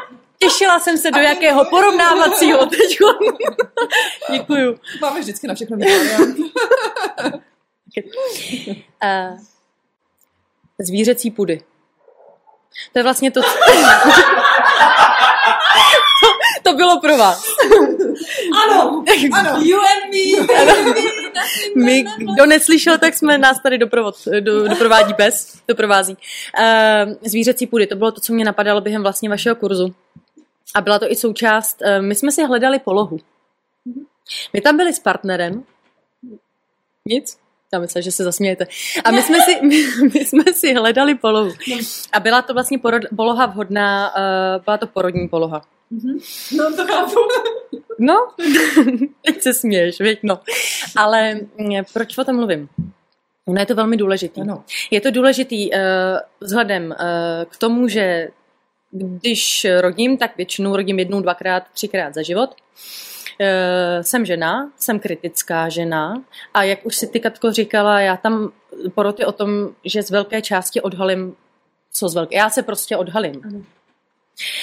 těšila jsem se, do jakého porovnávacího teď. Děkuju. Máme vždycky na všechno výborné. uh, zvířecí pudy. To je vlastně to... To bylo pro vás. Ano, ano. You and me. Ano. My, kdo neslyšel, tak jsme nás tady doprovod, do, doprovádí pes, doprovází. Uh, zvířecí půdy, to bylo to, co mě napadalo během vlastně vašeho kurzu. A byla to i součást, uh, my jsme si hledali polohu. My tam byli s partnerem. Nic? Já myslím, že se zasmějete. A my jsme si, my, my jsme si hledali polohu. A byla to vlastně porod, poloha vhodná, uh, byla to porodní poloha. No to chápu. No, teď se směješ, věď, no. Ale proč o tom mluvím? No je to velmi důležitý. Ano. Je to důležitý uh, vzhledem uh, k tomu, že když rodím, tak většinou rodím jednou, dvakrát, třikrát za život. Uh, jsem žena, jsem kritická žena a jak už si ty, Katko, říkala, já tam porod je o tom, že z velké části odhalím, co z velké, já se prostě odhalím. Ano.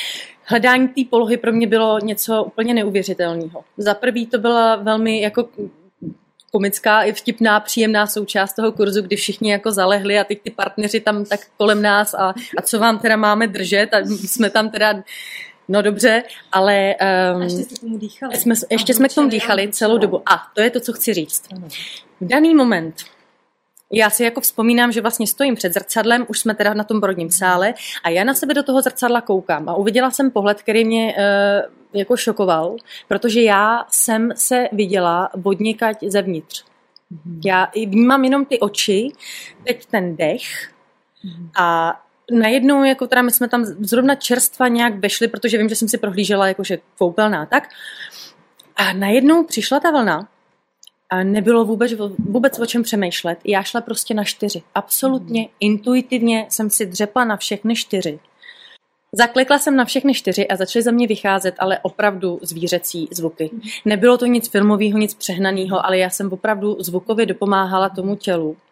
hledání té polohy pro mě bylo něco úplně neuvěřitelného. Za prvý to byla velmi jako komická i vtipná, příjemná součást toho kurzu, kdy všichni jako zalehli a teď ty partneři tam tak kolem nás a, a co vám teda máme držet a jsme tam teda, no dobře, ale um, a ještě jsme k tomu dýchali. Jsme, ještě jsme k tomu dýchali celou dobu. A to je to, co chci říct. V daný moment já si jako vzpomínám, že vlastně stojím před zrcadlem, už jsme teda na tom porodním sále a já na sebe do toho zrcadla koukám a uviděla jsem pohled, který mě uh, jako šokoval, protože já jsem se viděla odněkať zevnitř. Mm-hmm. Já vnímám jenom ty oči, teď ten dech mm-hmm. a najednou, jako teda my jsme tam zrovna čerstva nějak vešli, protože vím, že jsem si prohlížela jakože koupelná, tak a najednou přišla ta vlna a nebylo vůbec, vůbec o čem přemýšlet. Já šla prostě na čtyři. Absolutně mm. intuitivně jsem si dřepla na všechny čtyři. Zaklekla jsem na všechny čtyři a začaly za mě vycházet, ale opravdu zvířecí zvuky. Mm. Nebylo to nic filmového, nic přehnaného, ale já jsem opravdu zvukově dopomáhala tomu tělu uh,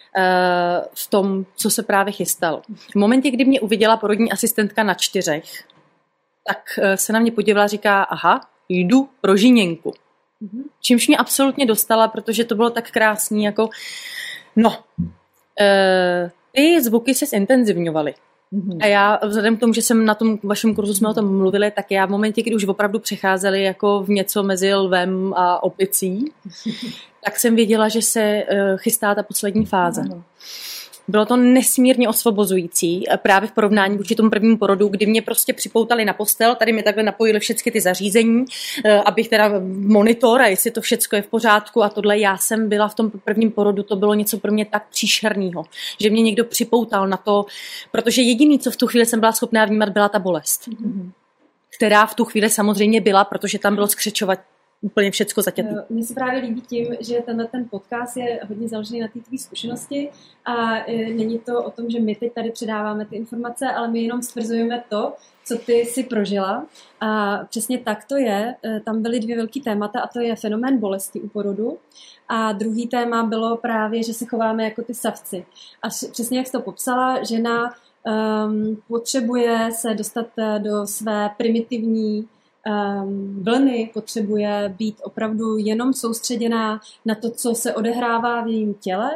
v tom, co se právě chystalo. V momentě, kdy mě uviděla porodní asistentka na čtyřech, tak uh, se na mě podívala a říká, aha, jdu pro žíněnku. Čímž mě absolutně dostala, protože to bylo tak krásný, jako no, e, ty zvuky se zintenzivňovaly. Mm-hmm. A já vzhledem k tomu, že jsem na tom vašem kurzu jsme o tom mluvili, tak já v momentě, kdy už opravdu přecházeli jako v něco mezi lvem a opicí, tak jsem věděla, že se e, chystá ta poslední fáze. Mm-hmm. Bylo to nesmírně osvobozující, právě v porovnání vůči tomu prvnímu porodu, kdy mě prostě připoutali na postel, tady mi takhle napojili všechny ty zařízení, abych teda monitor a jestli to všecko je v pořádku a tohle. Já jsem byla v tom prvním porodu, to bylo něco pro mě tak příšernýho, že mě někdo připoutal na to, protože jediný, co v tu chvíli jsem byla schopná vnímat, byla ta bolest, mm-hmm. která v tu chvíli samozřejmě byla, protože tam bylo skřečovat úplně všecko zatětý. Mně se právě líbí tím, že tenhle ten podcast je hodně založený na té tvý zkušenosti a není to o tom, že my teď tady předáváme ty informace, ale my jenom stvrzujeme to, co ty si prožila. A přesně tak to je. Tam byly dvě velký témata a to je fenomén bolesti u porodu. A druhý téma bylo právě, že se chováme jako ty savci. A přesně jak jsi to popsala, žena um, potřebuje se dostat do své primitivní Um, vlny, potřebuje být opravdu jenom soustředěná na to, co se odehrává v jejím těle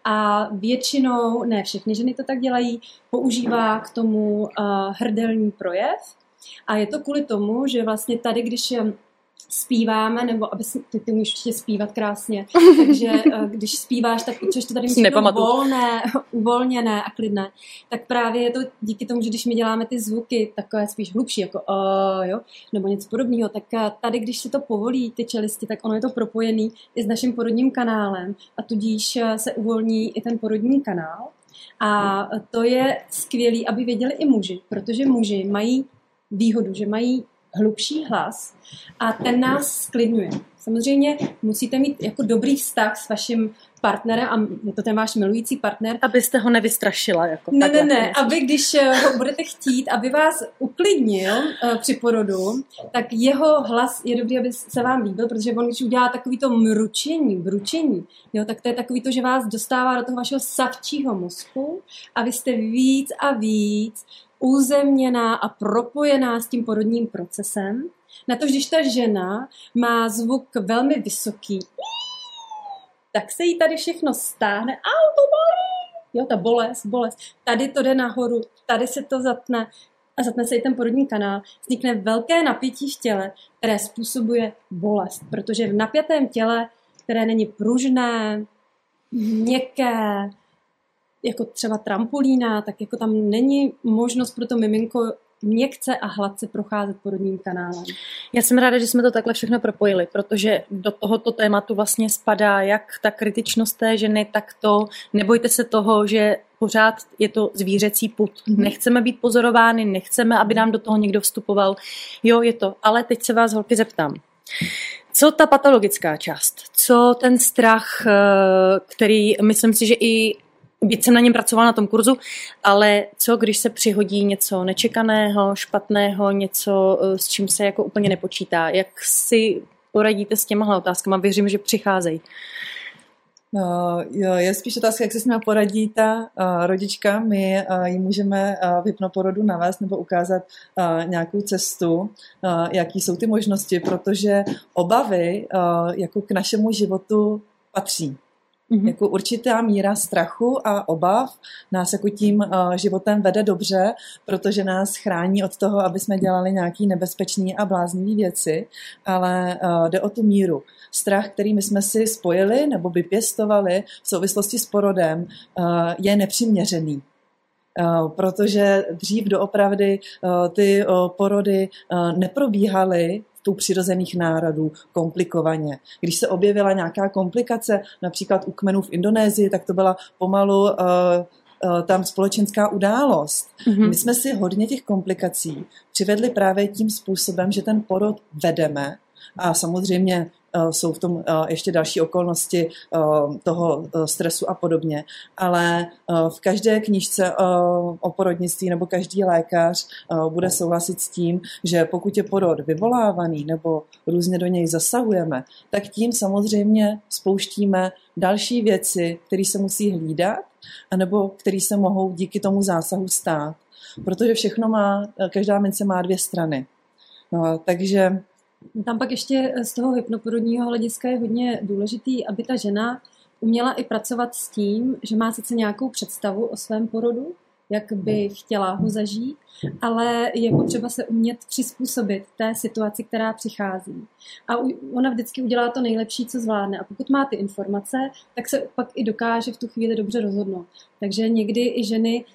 a většinou, ne všechny ženy to tak dělají, používá k tomu uh, hrdelní projev a je to kvůli tomu, že vlastně tady, když zpíváme, nebo aby ty, ty umíš určitě zpívat krásně, takže když zpíváš, tak potřebuješ to tady mít volné, uvolněné a klidné. Tak právě je to díky tomu, že když my děláme ty zvuky takové spíš hlubší, jako uh, jo, nebo něco podobného, tak tady, když se to povolí, ty čelisti, tak ono je to propojený i s naším porodním kanálem a tudíž se uvolní i ten porodní kanál. A to je skvělý, aby věděli i muži, protože muži mají výhodu, že mají hlubší hlas a ten nás sklidňuje. Samozřejmě musíte mít jako dobrý vztah s vaším partnerem a je to ten váš milující partner. Abyste ho nevystrašila. Jako ne, ne, ne. Aby když ho budete chtít, aby vás uklidnil uh, při porodu, tak jeho hlas je dobrý, aby se vám líbil, protože on, když udělá takový to mručení, bručení, jo, tak to je takový to, že vás dostává do toho vašeho savčího mozku a vy jste víc a víc uzemněná a propojená s tím porodním procesem. Na to, když ta žena má zvuk velmi vysoký, tak se jí tady všechno stáhne. Au, to bolí! Jo, ta bolest, bolest. Tady to jde nahoru, tady se to zatne a zatne se i ten porodní kanál. Vznikne velké napětí v těle, které způsobuje bolest, protože v napjatém těle, které není pružné, měkké, jako třeba trampolína, tak jako tam není možnost pro to miminko měkce a hladce procházet porodním kanálem. Já jsem ráda, že jsme to takhle všechno propojili, protože do tohoto tématu vlastně spadá jak ta kritičnost té ženy, tak to, nebojte se toho, že pořád je to zvířecí pud. Mm-hmm. Nechceme být pozorovány, nechceme, aby nám do toho někdo vstupoval. Jo, je to. Ale teď se vás, holky, zeptám. Co ta patologická část? Co ten strach, který myslím si, že i byť jsem na něm pracovala na tom kurzu, ale co, když se přihodí něco nečekaného, špatného, něco, s čím se jako úplně nepočítá? Jak si poradíte s těmahle otázkama? Věřím, že přicházejí. No, jo, je spíš otázka, jak se s námi poradí ta uh, rodička. My uh, jí můžeme uh, v hypnoporodu navést nebo ukázat uh, nějakou cestu, uh, jaký jsou ty možnosti, protože obavy uh, jako k našemu životu patří. Mm-hmm. Jako určitá míra strachu a obav nás jako tím uh, životem vede dobře, protože nás chrání od toho, aby jsme dělali nějaké nebezpečné a bláznivé věci, ale uh, jde o tu míru. Strach, který my jsme si spojili nebo vypěstovali v souvislosti s porodem, uh, je nepřiměřený. Uh, protože dřív doopravdy uh, ty uh, porody uh, neprobíhaly tu přirozených národů komplikovaně. Když se objevila nějaká komplikace, například u kmenů v Indonésii, tak to byla pomalu uh, uh, tam společenská událost. Mm-hmm. My jsme si hodně těch komplikací přivedli právě tím způsobem, že ten porod vedeme a samozřejmě uh, jsou v tom uh, ještě další okolnosti uh, toho uh, stresu a podobně, ale uh, v každé knížce uh, o porodnictví nebo každý lékař uh, bude souhlasit s tím, že pokud je porod vyvolávaný nebo různě do něj zasahujeme, tak tím samozřejmě spouštíme další věci, které se musí hlídat, anebo které se mohou díky tomu zásahu stát. Protože všechno má, každá mince má dvě strany. No, takže tam pak ještě z toho hypnoporodního hlediska je hodně důležitý, aby ta žena uměla i pracovat s tím, že má sice nějakou představu o svém porodu, jak by chtěla ho zažít, ale je potřeba se umět přizpůsobit té situaci, která přichází. A ona vždycky udělá to nejlepší, co zvládne. A pokud má ty informace, tak se pak i dokáže v tu chvíli dobře rozhodnout. Takže někdy i ženy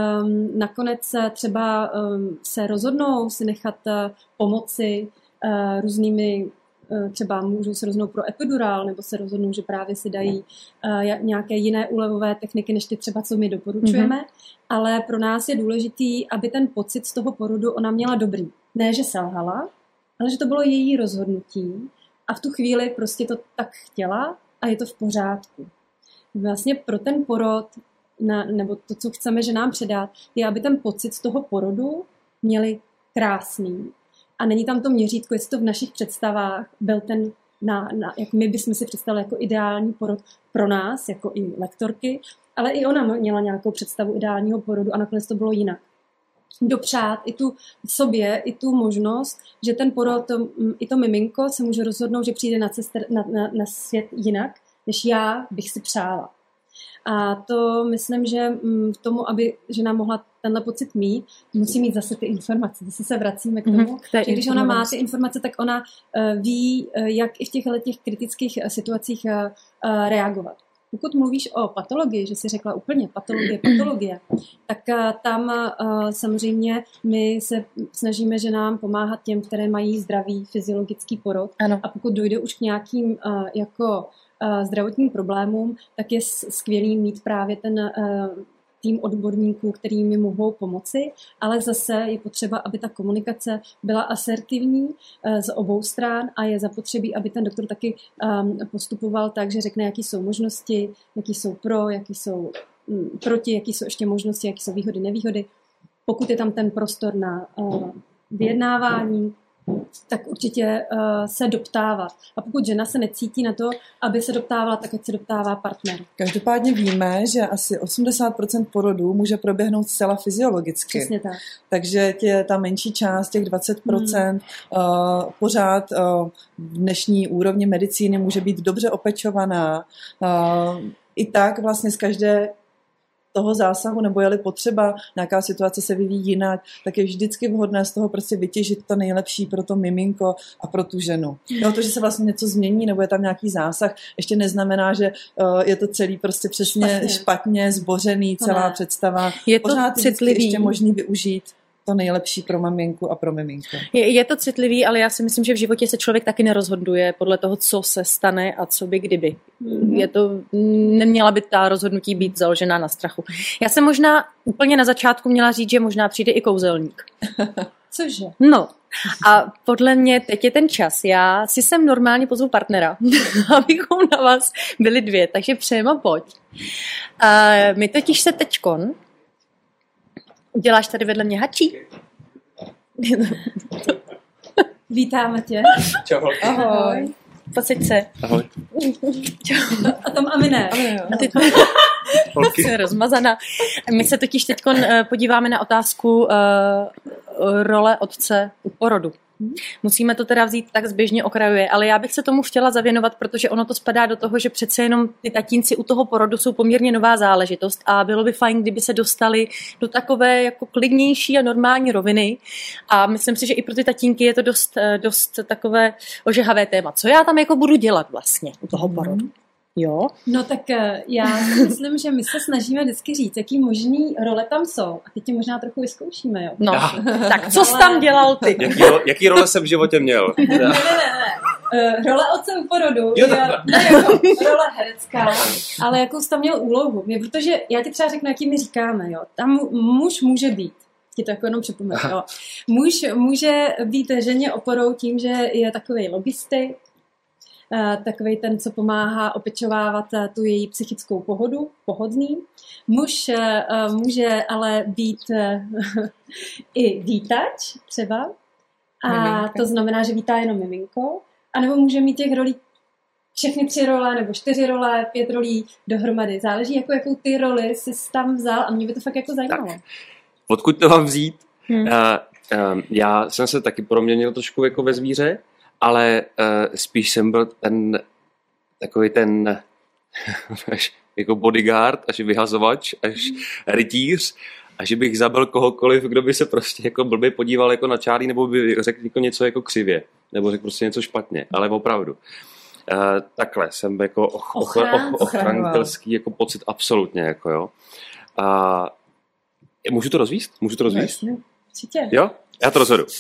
um, nakonec třeba um, se rozhodnou si nechat uh, pomoci uh, různými, uh, třeba můžou se rozhodnout pro epidural, nebo se rozhodnou, že právě si dají uh, nějaké jiné úlevové techniky, než ty třeba, co my doporučujeme. Mm-hmm. Ale pro nás je důležitý, aby ten pocit z toho porodu ona měla dobrý. Ne, že selhala, ale že to bylo její rozhodnutí a v tu chvíli prostě to tak chtěla a je to v pořádku. Vlastně pro ten porod, na, nebo to, co chceme, že nám předat, je, aby ten pocit z toho porodu měli krásný. A není tam to měřítko, jestli to v našich představách byl ten, na, na, jak my bychom si představili jako ideální porod pro nás, jako i lektorky, ale i ona měla nějakou představu ideálního porodu a nakonec to bylo jinak. Dopřát i tu sobě, i tu možnost, že ten porod, to, i to miminko se může rozhodnout, že přijde na, cest, na, na, na svět jinak, než já bych si přála. A to myslím, že v tomu, aby žena mohla tenhle pocit mít, musí mít zase ty informace. Zase se vracíme k tomu, mm-hmm, že když ona má ty informace, tak ona uh, ví, uh, jak i v těchto těch kritických uh, situacích uh, uh, reagovat. Pokud mluvíš o patologii, že jsi řekla úplně patologie, patologie, tak uh, tam uh, samozřejmě my se snažíme ženám pomáhat těm, které mají zdravý fyziologický porod. Ano. A pokud dojde už k nějakým uh, jako uh, zdravotním problémům, tak je skvělý mít právě ten uh, tým odborníků, který mi mohou pomoci, ale zase je potřeba, aby ta komunikace byla asertivní z obou stran a je zapotřebí, aby ten doktor taky um, postupoval tak, že řekne, jaký jsou možnosti, jaký jsou pro, jaký jsou um, proti, jaký jsou ještě možnosti, jaký jsou výhody, nevýhody. Pokud je tam ten prostor na uh, vyjednávání, tak určitě uh, se doptávat. A pokud žena se necítí na to, aby se doptávala, tak ať se doptává partner. Každopádně víme, že asi osmdesát procent porodů může proběhnout zcela fyziologicky. Přesně tak. Takže tě, ta menší část, těch dvacet procent, hmm. uh, pořád uh, v dnešní úrovni medicíny může být dobře opečovaná. Uh, I tak vlastně z každé toho zásahu, nebo je-li potřeba, nějaká situace se vyvíjí jinak, tak je vždycky vhodné z toho prostě vytěžit to nejlepší pro to miminko a pro tu ženu. Jo, to, že se vlastně něco změní, nebo je tam nějaký zásah, ještě neznamená, že uh, je to celý prostě přesně špatně, špatně zbořený, celá ne. představa. Je to pořád citlivý. Ještě možný využít to nejlepší pro maminku a pro miminko. Je, je to citlivý, ale já si myslím, že v životě se člověk taky nerozhoduje podle toho, co se stane a co by kdyby. Mm-hmm. Je to, neměla by ta rozhodnutí být založená na strachu. Já jsem možná úplně na začátku měla říct, že možná přijde i kouzelník. Cože? No, a podle mě teď je ten čas. Já si sem normálně pozvu partnera, abychom na vás byli dvě, takže přejema pojď. A my totiž se teďkon uděláš tady vedle mě hačí? Vítáme tě. Čau. Ahoj. Pocit se. Ahoj. A Tom a my ne. A ty to je rozmazaná. My se totiž teď podíváme na otázku uh, role otce u porodu. Musíme to teda vzít tak zběžně okrajuje, ale já bych se tomu chtěla zavěnovat, protože ono to spadá do toho, že přece jenom ty tatínci u toho porodu jsou poměrně nová záležitost a bylo by fajn, kdyby se dostali do takové jako klidnější a normální roviny a myslím si, že i pro ty tatínky je to dost, dost takové ožehavé téma. Co já tam jako budu dělat vlastně u toho porodu? Jo. No tak já si myslím, že my se snažíme vždycky říct, jaký možný role tam jsou. A teď tě možná trochu vyzkoušíme, jo. No, tak co jsi tam dělal ty? Jaký, jaký role jsem v životě měl? ne, ne, ne, ne. Uh, role otce u porodu je ne jako role herecká, ale jakou jsi tam měl úlohu. Mě, protože já ti třeba řeknu, jaký my říkáme, jo. Tam muž může být, ti to jako jenom připomenu, jo. Muž může být ženě oporou tím, že je takovej logistik, Uh, takovej ten, co pomáhá opečovávat uh, tu její psychickou pohodu, pohodný. Muž uh, může ale být uh, i vítač třeba, a miminka. To znamená, že vítá jenom miminko, anebo může mít těch rolí všechny tři role, nebo čtyři role, pět rolí dohromady. Záleží, jako, jakou ty roli jsi tam vzal a mě by to fakt jako zajímalo. Tak. Odkud to mám vzít? Hmm. Uh, uh, já jsem se taky proměnil trošku jako ve zvíře, ale uh, spíš jsem byl ten takový ten až jako bodyguard, až vyhazovač, až rytíř, a že bych zabil kohokoliv, kdo by se prostě jako blbě podíval jako na Charlie, nebo by řekl jako něco jako křivě, nebo řekl prostě něco špatně, ale opravdu. Uh, takhle jsem jako och, och, och, ochranitelský jako pocit absolutně, jako jo. Uh, můžu to rozvíst? Můžu to rozvíst? No, určitě. Jo? Já to rozhodu.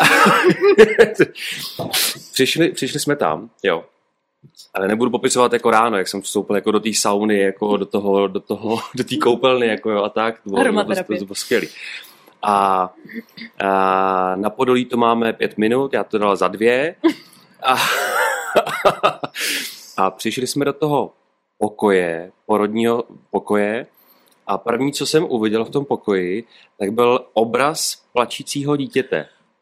přišli, přišli jsme tam, jo. Ale nebudu popisovat jako ráno, jak jsem vstoupil jako do té sauny, jako do toho, do toho, do té koupelny, jako jo, a tak. To bylo, to, to, to bylo skvělý. A, a na Podolí to máme pět minut, já to dala za dvě. A, a přišli jsme do toho pokoje, porodního pokoje, a první, co jsem uviděl v tom pokoji, tak byl obraz plačícího dítěte.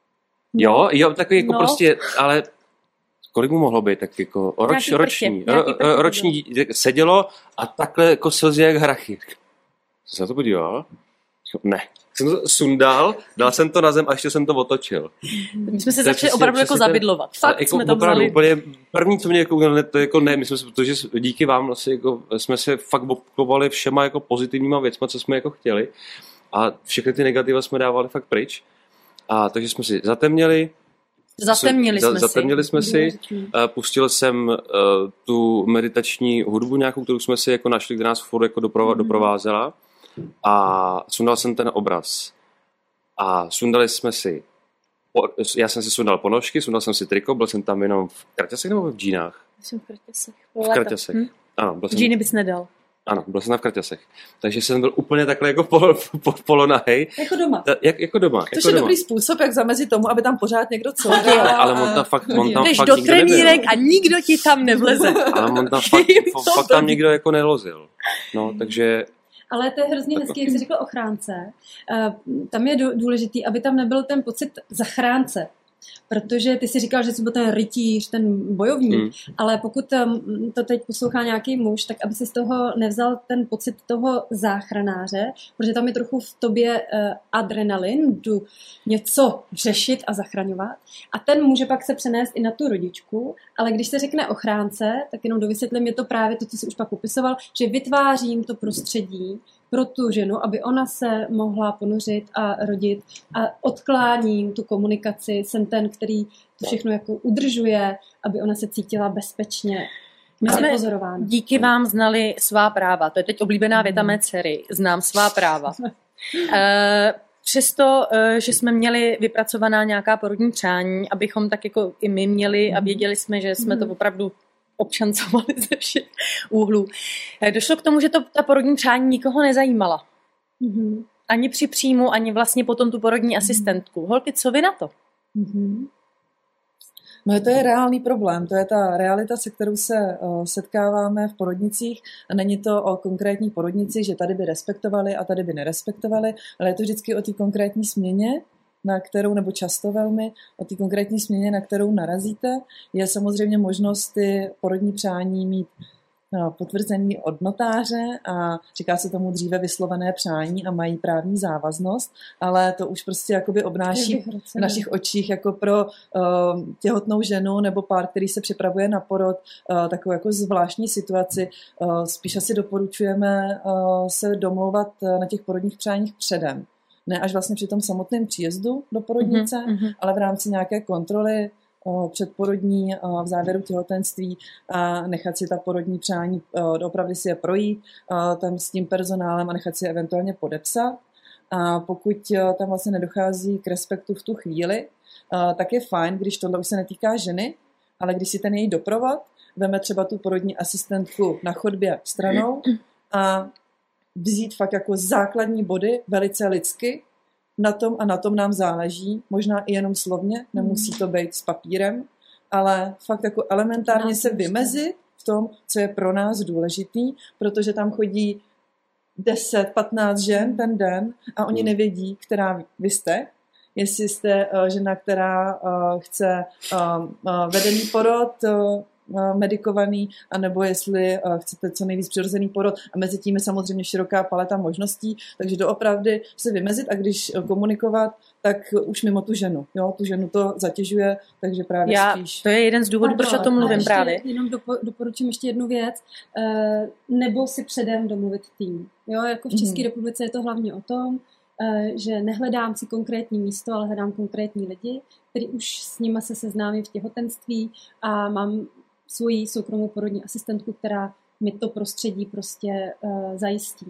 Jo, jo, takový jako no. prostě, ale kolik mu mohlo být, tak jako roč, roční, ro, roční dítě sedělo a takhle jako slzy jak hrachy. Jsi na to podíval? Ne. Jsem to sundal, dal jsem to na zem a ještě jsem to otočil. My jsme se začali přesně, opravdu přesně jako ten, zabydlovat. Fakt jako jsme tam vzali. Úplně první, co mě jako, to jako ne, my jsme se, protože díky vám vlastně jako, jsme se fakt obklovali všema jako pozitivníma věcma, co jsme jako chtěli, a všechny ty negativa jsme dávali fakt pryč. A takže jsme si zatemněli. Zatemnili jsme za, zatemnili si. jsme si. Pustil jsem uh, tu meditační hudbu nějakou, kterou jsme si jako našli, která nás furt jako doprova, mm. doprovázela. A sundal jsem ten obraz. A sundali jsme si, já jsem si sundal ponožky, sundal jsem si triko, byl jsem tam jenom v kraťasech nebo v džínách? Jsem v kraťasech. V kraťasech. Hm? Ano, byl jsem... Džíny bys nedal. Ano, byl jsem tam v kraťasech. Takže jsem byl úplně takhle jako polo, polonahej. Jako doma. Ta, jak, jako doma. Což jako je doma. dobrý způsob, jak zamezit tomu, aby tam pořád někdo co. Ale, ale on tam fakt, on tam Jdeš fakt do nikdo nebyl. trenírek a nikdo ti tam nevleze. Ale on tam fakt, fakt tam nikdo jako nelozil. No, takže... Ale to je hrozně hezký, jak jsi řekl ochránce. Tam je důležitý, aby tam nebyl ten pocit zachránce. Protože ty si říkal, že jsi byl ten rytíř, ten bojovník, hmm. ale pokud to teď poslouchá nějaký muž, tak aby si z toho nevzal ten pocit toho záchranáře, protože tam je trochu v tobě adrenalin, jdu něco řešit a zachraňovat. A ten může pak se přenést i na tu rodičku, ale když se řekne ochránce, tak jenom dovysvětlím, je to právě to, co jsi už pak popisoval, že vytvářím to prostředí pro tu ženu, aby ona se mohla ponořit a rodit, a odkláním tu komunikaci, jsem ten, který to všechno jako udržuje, aby ona se cítila bezpečně. My jsme díky vám znali svá práva. To je teď oblíbená věta mé dcery. Znám svá práva. Přesto, že jsme měli vypracovaná nějaká porodní přání, abychom tak jako i my měli a věděli jsme, že jsme to opravdu občancovali ze všech úhlů. Došlo k tomu, že to, ta porodní přání nikoho nezajímala. Mm-hmm. Ani při příjmu, ani vlastně potom tu porodní mm-hmm. asistentku. Holky, co vy na to? Mm-hmm. No to je reálný problém, to je ta realita, se kterou se uh, setkáváme v porodnicích. A není to o konkrétní porodnici, že tady by respektovali a tady by nerespektovali, ale je to vždycky o té konkrétní směně, na kterou, nebo často velmi, o té konkrétní směně, na kterou narazíte, je samozřejmě možnost ty porodní přání mít potvrzený od notáře a říká se tomu dříve vyslovené přání a mají právní závaznost, ale to už prostě jakoby obnáší v našich očích jako pro uh, těhotnou ženu nebo pár, který se připravuje na porod, uh, takovou jako zvláštní situaci. Uh, spíš asi doporučujeme uh, se domlouvat na těch porodních přáních předem. Ne až vlastně při tom samotném příjezdu do porodnice, mm-hmm. ale v rámci nějaké kontroly předporodní v závěru těhotenství a nechat si ta porodní přání, opravdu si je projít tam s tím personálem a nechat si je eventuálně podepsat. A pokud tam vlastně nedochází k respektu v tu chvíli, tak je fajn, když tohle už se netýká ženy, ale když si ten její doprovod veme třeba tu porodní asistentku na chodbě stranou a vzít fakt jako základní body velice lidsky, na tom a na tom nám záleží, možná i jenom slovně, nemusí to být s papírem, ale fakt jako elementárně se vymezit v tom, co je pro nás důležitý, protože tam chodí deset patnáct žen ten den a oni nevědí, která vy jste. Jestli jste uh, žena, která uh, chce uh, uh, vedený porod, uh, medikovaný, anebo jestli uh, chcete co nejvíc přirozený porod a mezi tím je samozřejmě široká paleta možností, takže doopravdy se vymezit a když komunikovat, tak už mimo tu ženu. Jo? Tu ženu to zatěžuje, takže právě Já, spíš. To je jeden z důvodů, proč o tom mluvím právě. Jenom dopo, doporučím ještě jednu věc, uh, nebo si předem domluvit tým. Jo? Jako v České mm. republice je to hlavně o tom, uh, že nehledám si konkrétní místo, ale hledám konkrétní lidi, který už s nimi se seznámím v těhotenství a mám svoji soukromou porodní asistentku, která mi to prostředí prostě uh, zajistí.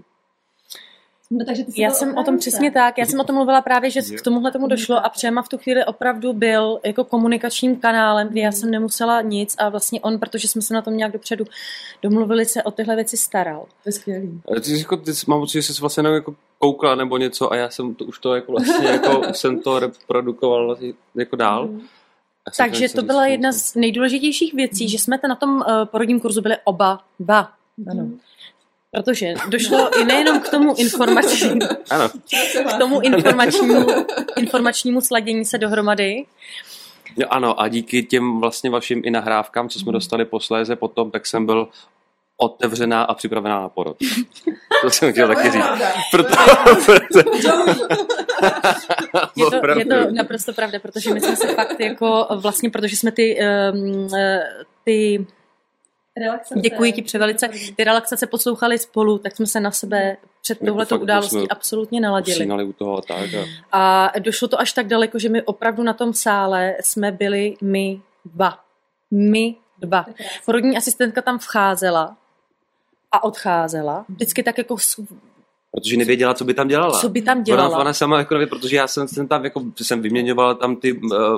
No, takže ty já jsem o tom přesně tak, já jsem o tom mluvila právě, že k tomuhle tomu došlo a Přema v tu chvíli opravdu byl jako komunikačním kanálem, kdy já jsem nemusela nic a vlastně on, protože jsme se na tom nějak dopředu domluvili, se o tyhle věci staral. To je skvělý. Ty, jako, ty mám pocit, že jsi vlastně jako koukla nebo něco a já jsem to, už to jako vlastně jako jsem to reprodukoval jako dál. Mm. Takže to byla jedna z nejdůležitějších věcí, že jsme na tom uh, porodním kurzu byli oba dva. Ano. Protože došlo i nejenom k tomu informačnímu, ano. k tomu informačnímu, informačnímu sladění se dohromady. Jo, ano, a díky těm vlastně vašim i nahrávkám, co jsme dostali posléze potom, tak jsem byl otevřená a připravená na porod. To jsem chtěl taky říct. Proto, proto, je, to, je to naprosto pravda, protože my jsme se fakt jako vlastně, protože jsme ty, um, ty relaxace. Děkuji ti převelice. Ty relaxace poslouchali spolu, tak jsme se na sebe před touhletou událostí absolutně naladili. U toho, tak a... a došlo to až tak daleko, že my opravdu na tom sále jsme byli my dva. My dva. Porodní asistentka tam vcházela a odcházela. Vždycky tak jako... Protože nevěděla, co by tam dělala. Co by tam dělala. Ona, ona sama jako nevěděla, protože já jsem, jsem tam jako, jsem vyměňovala tam ty... Uh,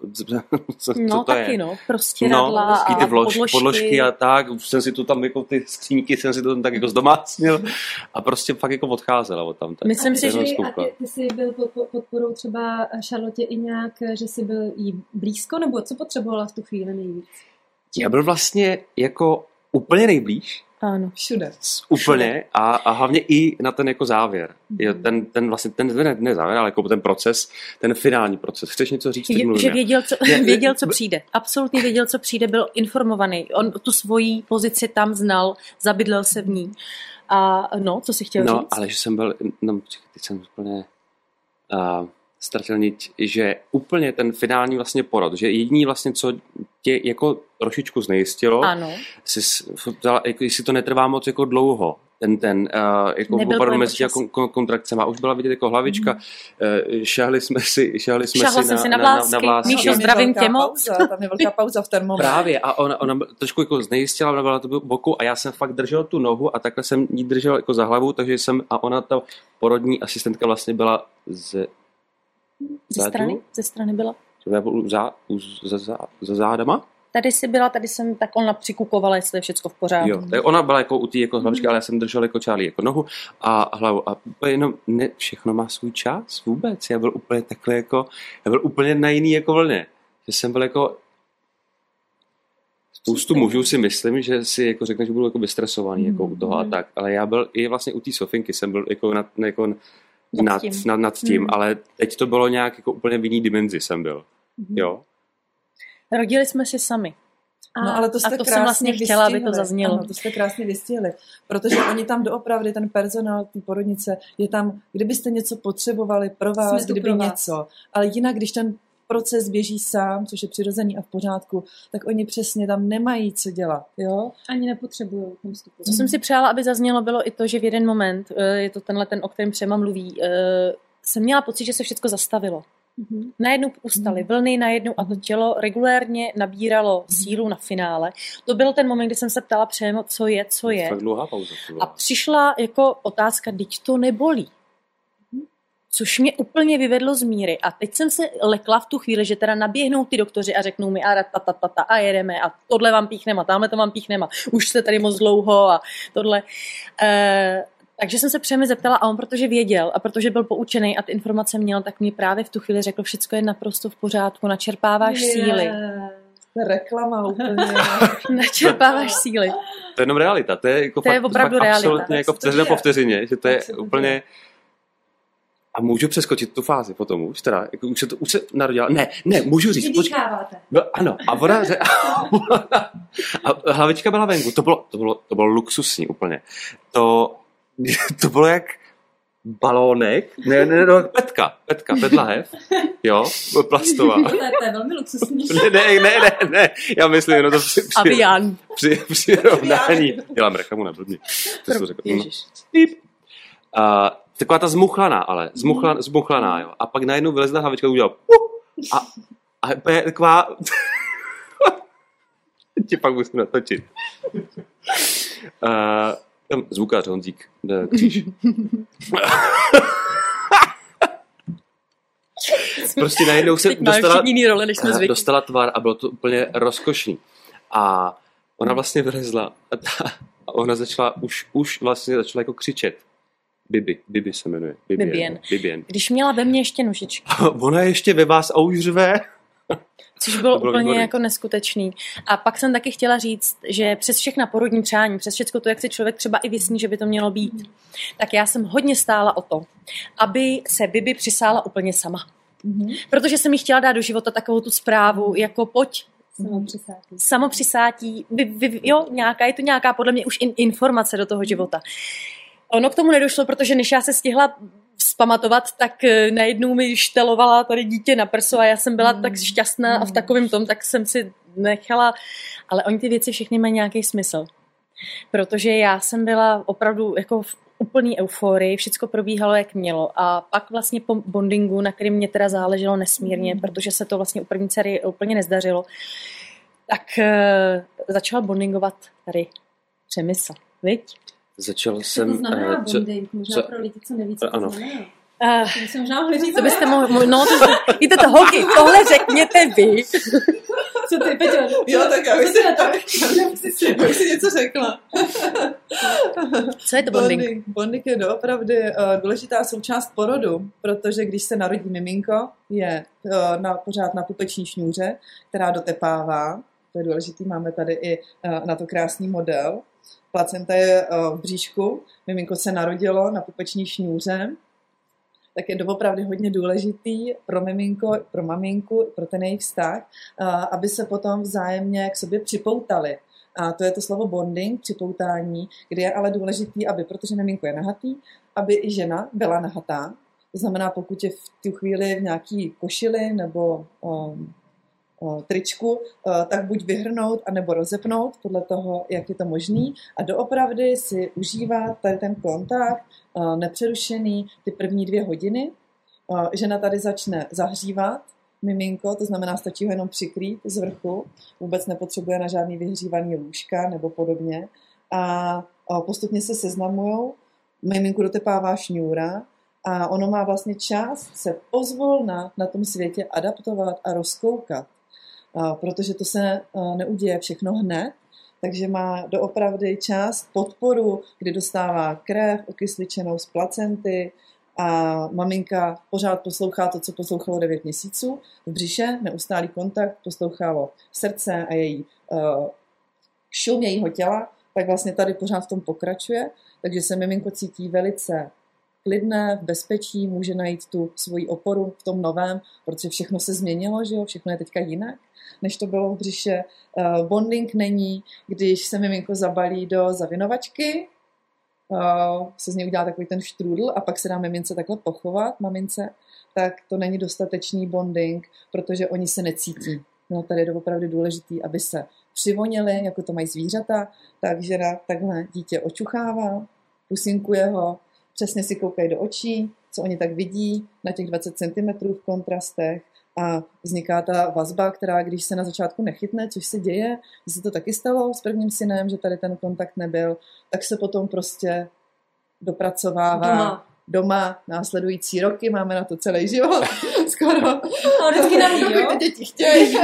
co, no co to taky je? no, prostě radla no, a ty vlož, podložky. podložky a tak, už jsem si tu tam jako ty skříňky jsem si to tam tak jako zdomácnil a prostě fakt jako odcházela od tam. Tak. Myslím si, že... A ty, ty jsi byl pod podporou třeba Charlotte i nějak, že jsi byl jí blízko, nebo co potřebovala v tu chvíli nejvíc? Já byl vlastně jako úplně nejblíž. Ano. Všude. Úplně a, a hlavně i na ten jako závěr. Mm-hmm. Ten, ten vlastně, ten ne, ne závěr, ale jako ten proces, ten finální proces. Chceš něco říct? Je, že věděl co, věděl, co přijde. Absolutně věděl, co přijde, byl informovaný. On tu svoji pozici tam znal, zabydlel se v ní. A no, co jsi chtěl no, říct? No, ale že jsem byl, no, teď jsem úplně... Uh, ztratil niť, že úplně ten finální vlastně porod, že jediný vlastně, co tě jako trošičku znejistilo, ano. Si, jako, jestli to netrvá moc jako dlouho, ten, ten uh, jako opravdu mezi těmi kontrakcemi. Už byla vidět jako hlavička, mm. uh, šahli jsme si, šahli jsme Šahla si, jsem na, si na, na vlásky. Na, na vlásky. Míšo, zdravím tě moc. Tam je velká pauza v termometru. Právě a ona, ona trošku jako znejistila, ona byla na to boku a já jsem fakt držel tu nohu a takhle jsem jí držel jako za hlavu, takže jsem, a ona, ta porodní asistentka vlastně byla z Ze strany? Ze strany byla. Za, za, za, za zádama? Tady si byla, tady jsem, tak ona přikukovala, jestli je všecko v pořádku. Jo, tak ona byla jako u té jako hlavičky, mm. ale já jsem držel jako Charlie jako nohu a hlavu. A úplně jenom, ne, všechno má svůj čas vůbec. Já byl úplně takhle jako, já byl úplně na jiný jako vlně. Že jsem byl jako, spoustu mužů si myslím, že si jako řekne, že budu jako vystresovaný mm. jako u toho a tak. Ale já byl i vlastně u té Sofinky jsem byl jako na, jako nad tím, nad, nad tím mm. ale teď to bylo nějak jako úplně v jiný dimenzi jsem byl. Mm. Jo. Rodili jsme si sami. No, ale to jste a to jsem vlastně chtěla, aby to zaznělo. Ano, to jste krásně vystihli, protože oni tam doopravdy, ten personál, ty porodnice, je tam, kdybyste něco potřebovali pro vás, kdyby pro vás. něco, ale jinak, když ten proces běží sám, což je přirozený a v pořádku, tak oni přesně tam nemají co dělat, jo? Ani nepotřebují. Co jsem si přála, aby zaznělo, bylo i to, že v jeden moment, je to tenhle ten, o kterém Přema mluví, jsem měla pocit, že se všechno zastavilo. Mm-hmm. Najednou ustaly mm-hmm. vlny, najednou a to tělo regulérně nabíralo mm-hmm. sílu na finále. To byl ten moment, kdy jsem se ptala Přemo, co je, co je. Fakt dlouhá pauza. A přišla jako otázka, teď to nebolí. Což mě úplně vyvedlo z míry. A teď jsem se lekla v tu chvíli, že teda naběhnou ty doktoři a řeknou mi a ta, ta, ta, ta, a jedeme a tohle vám píchnem a tamhle to vám píchnem a už jste tady moc dlouho a tohle. E, takže jsem se Přemi zeptala a on, protože věděl a protože byl poučený a ty informace měl, tak mi právě v tu chvíli řekl, všechno je naprosto v pořádku, načerpáváš yeah. síly. Reklama úplně. Načerpáváš síly. To je jenom realita. To je, jako to fakt, je opravdu fakt realita. Absolutně jako vteřina po vteřině, že to je úplně... A můžu přeskočit tu fázi potom už, teda, jako už se to už se narodila. Ne, ne, můžu říct. Vydýcháváte. No, ano, a voda, a hlavička byla venku, to bylo, to bylo, to bylo luxusní úplně. To, to bylo jak balónek, ne, ne, ne, petka, petka, pedlahev, jo, plastová. To je, to je velmi luxusní. Ne, ne, ne, ne, ne, já myslím, no to při, při, Avian. Při, při rovnání. Dělám reklamu na blbně. Ježiš. Uh, taková ta zmuchlaná, ale zmuchla, zmuchlaná, jo. A pak najednou vylezla hlavička a udělal uh, a, a je taková tě pak musím natočit. Uh, tam zvukář Honzík Kříž. Prostě najednou se dostala, role, než jsme dostala tvar a bylo to úplně rozkošný. A ona vlastně vylezla a, ta, a ona začala, už, už vlastně začala jako křičet. Bibi, Bibi se jmenuje. Bibien. Bibien. Když měla ve mně ještě nožičky. Ona ještě ve vás a už řve. Což bylo, bylo úplně výborný. Jako neskutečný. A pak jsem taky chtěla říct, že přes všechna porodní přání, přes všechno to, jak si člověk třeba i vysní, že by to mělo být, tak já jsem hodně stála o to, aby se Bibi přisála úplně sama. Mm-hmm. Protože jsem jí chtěla dát do života takovou tu zprávu, jako pojď, Samopřisátí. Samopřisátí. Vy, vy, jo, nějaká, je to nějaká podle mě už in, informace do toho života. Ono k tomu nedošlo, protože než já se stihla vzpamatovat, tak najednou mi štelovala tady dítě na prso a já jsem byla mm. tak šťastná mm. a v takovém tom, tak jsem si nechala, ale oni ty věci všechny mají nějaký smysl. Protože já jsem byla opravdu jako v úplný euforii, všecko probíhalo, jak mělo. A pak vlastně po bondingu, na kterým mě teda záleželo nesmírně, mm. protože se to vlastně u první dcery úplně nezdařilo, tak uh, začal bondingovat tady Přemysl. Viď? Začal jsem... Co to znamená uh, bonding? Možná co, pro lidi, co neví, co to ano. znamená. Uh, to byste možná mohli říct. To byste mohli... No, to, víte to, holky, tohle řekněte vy. Co ty, Peťo? Jo, tak já bych si, já bych si něco řekla. Co je to bonding? Bonding, bonding je doopravdy uh, důležitá součást porodu, protože když se narodí miminko, je uh, na, pořád na pupeční šňůře, která dotepává. To je důležitý, máme tady i uh, na to krásný model. Placenta je uh, v bříšku, miminko se narodilo na pupeční šňůře, tak je doopravdy hodně důležitý pro miminko, pro maminku, pro ten jejich vztah, aby se potom vzájemně k sobě připoutali. A to je to slovo bonding, připoutání, kde je ale důležitý, aby, protože miminko je nahatý, aby i žena byla nahatá. To znamená, pokud je v tu chvíli v nějaký košili nebo um, tričku, tak buď vyhrnout, anebo rozepnout, podle toho, jak je to možný. A doopravdy si užívá tady ten kontakt nepřerušený ty první dvě hodiny. Žena tady začne zahřívat miminko, to znamená, stačí ho jenom přikrýt z vrchu, vůbec nepotřebuje na žádný vyhřívaný lůžka nebo podobně. A postupně se seznamujou, miminku dotepává šňůra a ono má vlastně čas se pozvolna na tom světě adaptovat a rozkoukat. Protože to se neuděje všechno hned, takže má doopravdy čas podporu, kdy dostává krev okysličenou z placenty a maminka pořád poslouchá to, co poslouchalo devět měsíců. V břiše neustálý kontakt, poslouchalo srdce a její uh, šum jejího těla, tak vlastně tady pořád v tom pokračuje, takže se miminko cítí velice klidné, v bezpečí, může najít tu svoji oporu v tom novém, protože všechno se změnilo, že jo, všechno je teďka jinak, než to bylo v břiše. Uh, bonding není, když se miminko zabalí do zavinovačky, uh, se z něj udělá takový ten štrůdl a pak se dá mimince takhle pochovat, mamince, tak to není dostatečný bonding, protože oni se necítí. No, tady je to opravdu důležité, aby se přivonili, jako to mají zvířata, tak žena takhle dítě očuchává, pusinkuje ho, přesně si koukají do očí, co oni tak vidí na těch dvacet centimetrů v kontrastech a vzniká ta vazba, která když se na začátku nechytne, což se děje, že se to taky stalo s prvním synem, že tady ten kontakt nebyl, tak se potom prostě dopracovává doma, doma následující roky, máme na to celý život, skoro. A vždycky nám jo? Ty děti chtějí.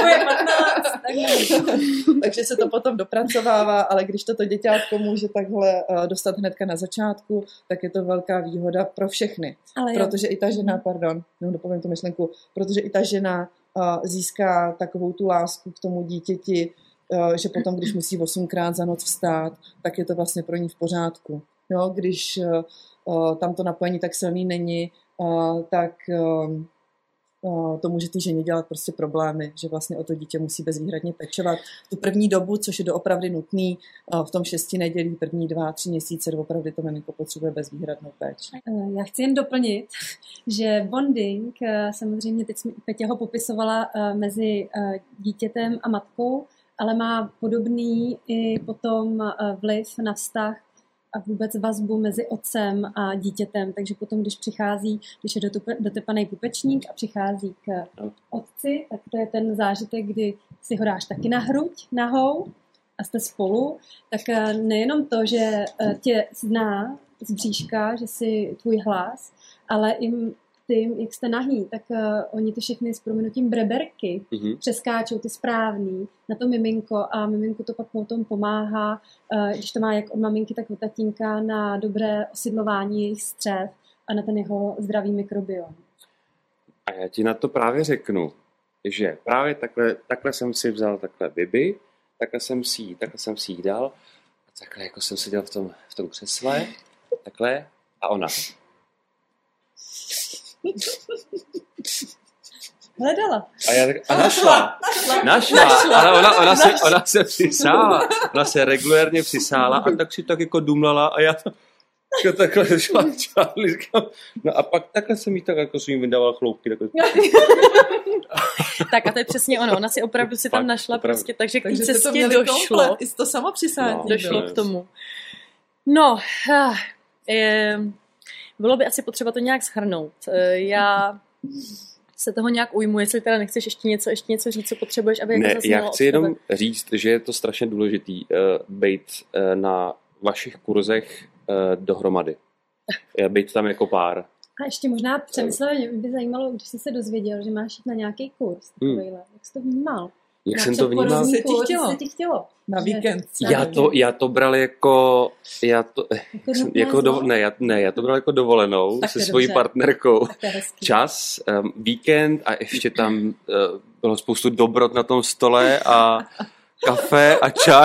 Takže se to potom dopracovává, ale když toto děťátko může takhle dostat hnedka na začátku, tak je to velká výhoda pro všechny. Ale protože jo. i ta žena, pardon, no, dopovím tu myšlenku, protože i ta žena uh, získá takovou tu lásku k tomu dítěti, uh, že potom, když musí osmkrát za noc vstát, tak je to vlastně pro ní v pořádku. Jo, když uh, tam to napojení tak silný není, uh, tak uh, uh, to může ty ženě dělat prostě problémy, že vlastně o to dítě musí bezvýhradně pečovat. Tu první dobu, což je doopravdy nutný, uh, v tom šesti nedělí, první dva, tři měsíce, doopravdy to miminko potřebuje bezvýhradnou péči. Já chci jen doplnit, že bonding, samozřejmě teď Petě ho popisovala mezi dítětem a matkou, ale má podobný i potom vliv na vztah a vůbec vazbu mezi otcem a dítětem. Takže potom, když přichází, když je dotepaný pupečník a přichází k otci, tak to je ten zážitek, kdy si ho dáš taky na hruď, nahou a jste spolu. Tak nejenom to, že tě zná z bříška, že si tvůj hlas, ale i tím, jak jste nahý, tak uh, oni ty všechny s prominutím breberky mm-hmm. přeskáčou ty správný na to miminko a miminko to pak potom pomáhá, uh, když to má jak od maminky, tak od tatínka na dobré osidlování jejich střev a na ten jeho zdravý mikrobiom. A já ti na to právě řeknu, že právě takhle, takhle jsem si vzal takhle Bibi, takhle jsem si jí, takhle jsem si jí dal a takhle jako jsem seděl v tom, v tom křesle, takhle a ona. Hledala. A, já, a našla. Našla. Našla. našla. Ale ona, ona, našla. Se, ona se přisála. Ona se regulérně přisála a tak si tak jako dumlala a já to takhle šla Charlie. No a pak takhle jsem jí tak jako svým vydával chloupky. Takhle. Tak a to je přesně ono. Ona si opravdu si tam našla opravdu. Prostě, takže k té cestě to došlo. I to samo přisání. No, došlo k tomu. No, je, bylo by asi potřeba to nějak shrnout. Já se toho nějak ujmu, jestli teda nechceš ještě něco, ještě něco říct, co potřebuješ, aby ne, jako já chci jenom říct, že je to strašně důležitý uh, být uh, na vašich kurzech uh, dohromady. Být tam jako pár. A ještě možná přemyslela, mě by zajímalo, když jsi se dozvěděl, že máš jít na nějaký kurz takovýhle. Hmm. Jak jsi to vnímal? Jak jsem to vnímal? Se ti chtělo. Se ti chtělo. Na víkend. Já to, já to bral jako, já to, jako, jako do, ne, já, ne, já to bral jako dovolenou tak se svojí dobře. partnerkou. Čas, um, víkend a ještě tam uh, bylo spoustu dobrot na tom stole a kafe a čaj.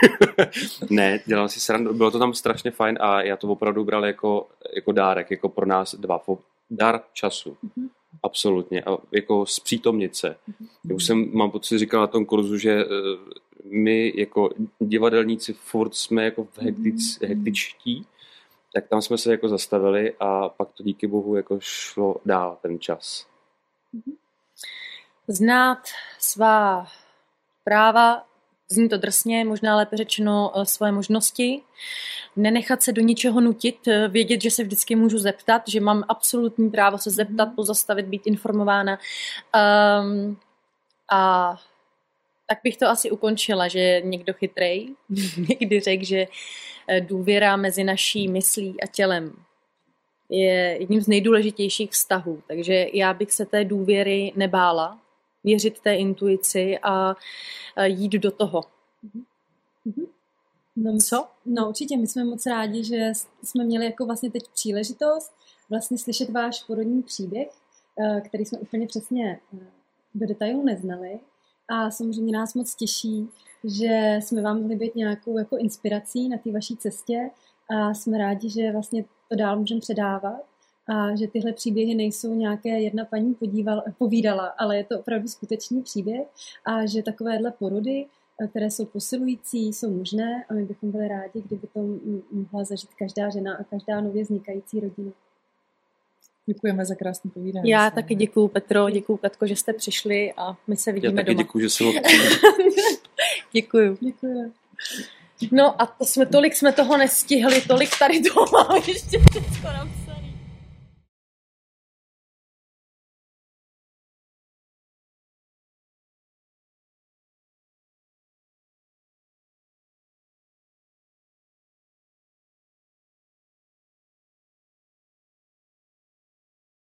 Ne, dělal si srandu, bylo to tam strašně fajn a já to opravdu bral jako, jako dárek, jako pro nás dva, dar času. Mm-hmm. Absolutně. A jako zpřítomnit se. Mm-hmm. Já už jsem, mám pocit, říkal na tom kurzu, že uh, my jako divadelníci furt jsme jako hektič, mm-hmm. hektičtí, tak tam jsme se jako zastavili a pak to díky bohu jako šlo dál ten čas. Mm-hmm. Znát svá práva, zní to drsně, možná lépe řečeno svoje možnosti, nenechat se do ničeho nutit, vědět, že se vždycky můžu zeptat, že mám absolutní právo se zeptat, pozastavit, být informována. Um, a tak bych to asi ukončila, že někdo chytrej někdy řekl, že důvěra mezi naší myslí a tělem je jedním z nejdůležitějších vztahů. Takže já bych se té důvěry nebála, věřit té intuici a jít do toho. Mm-hmm. No, co? No určitě, my jsme moc rádi, že jsme měli jako vlastně teď příležitost vlastně slyšet váš porodní příběh, který jsme úplně přesně do detailů neznali a samozřejmě nás moc těší, že jsme vám mohli být nějakou jako inspirací na té vaší cestě a jsme rádi, že vlastně to dál můžeme předávat a že tyhle příběhy nejsou nějaké jedna paní podívala, povídala, ale je to opravdu skutečný příběh a že takovéhle porody, které jsou posilující, jsou možné a my bychom byli rádi, kdyby to mohla zažít každá žena a každá nově vznikající rodina. Děkujeme za krásný povídání. Já taky děkuju, Petro, děkuju, Katko, že jste přišli a my se vidíme doma. Já taky doma. děkuju, že jsem mohl. Děkuju. Děkuju. No a to jsme, tolik jsme toho nestihli, tolik tady toho máme ještě všechno nám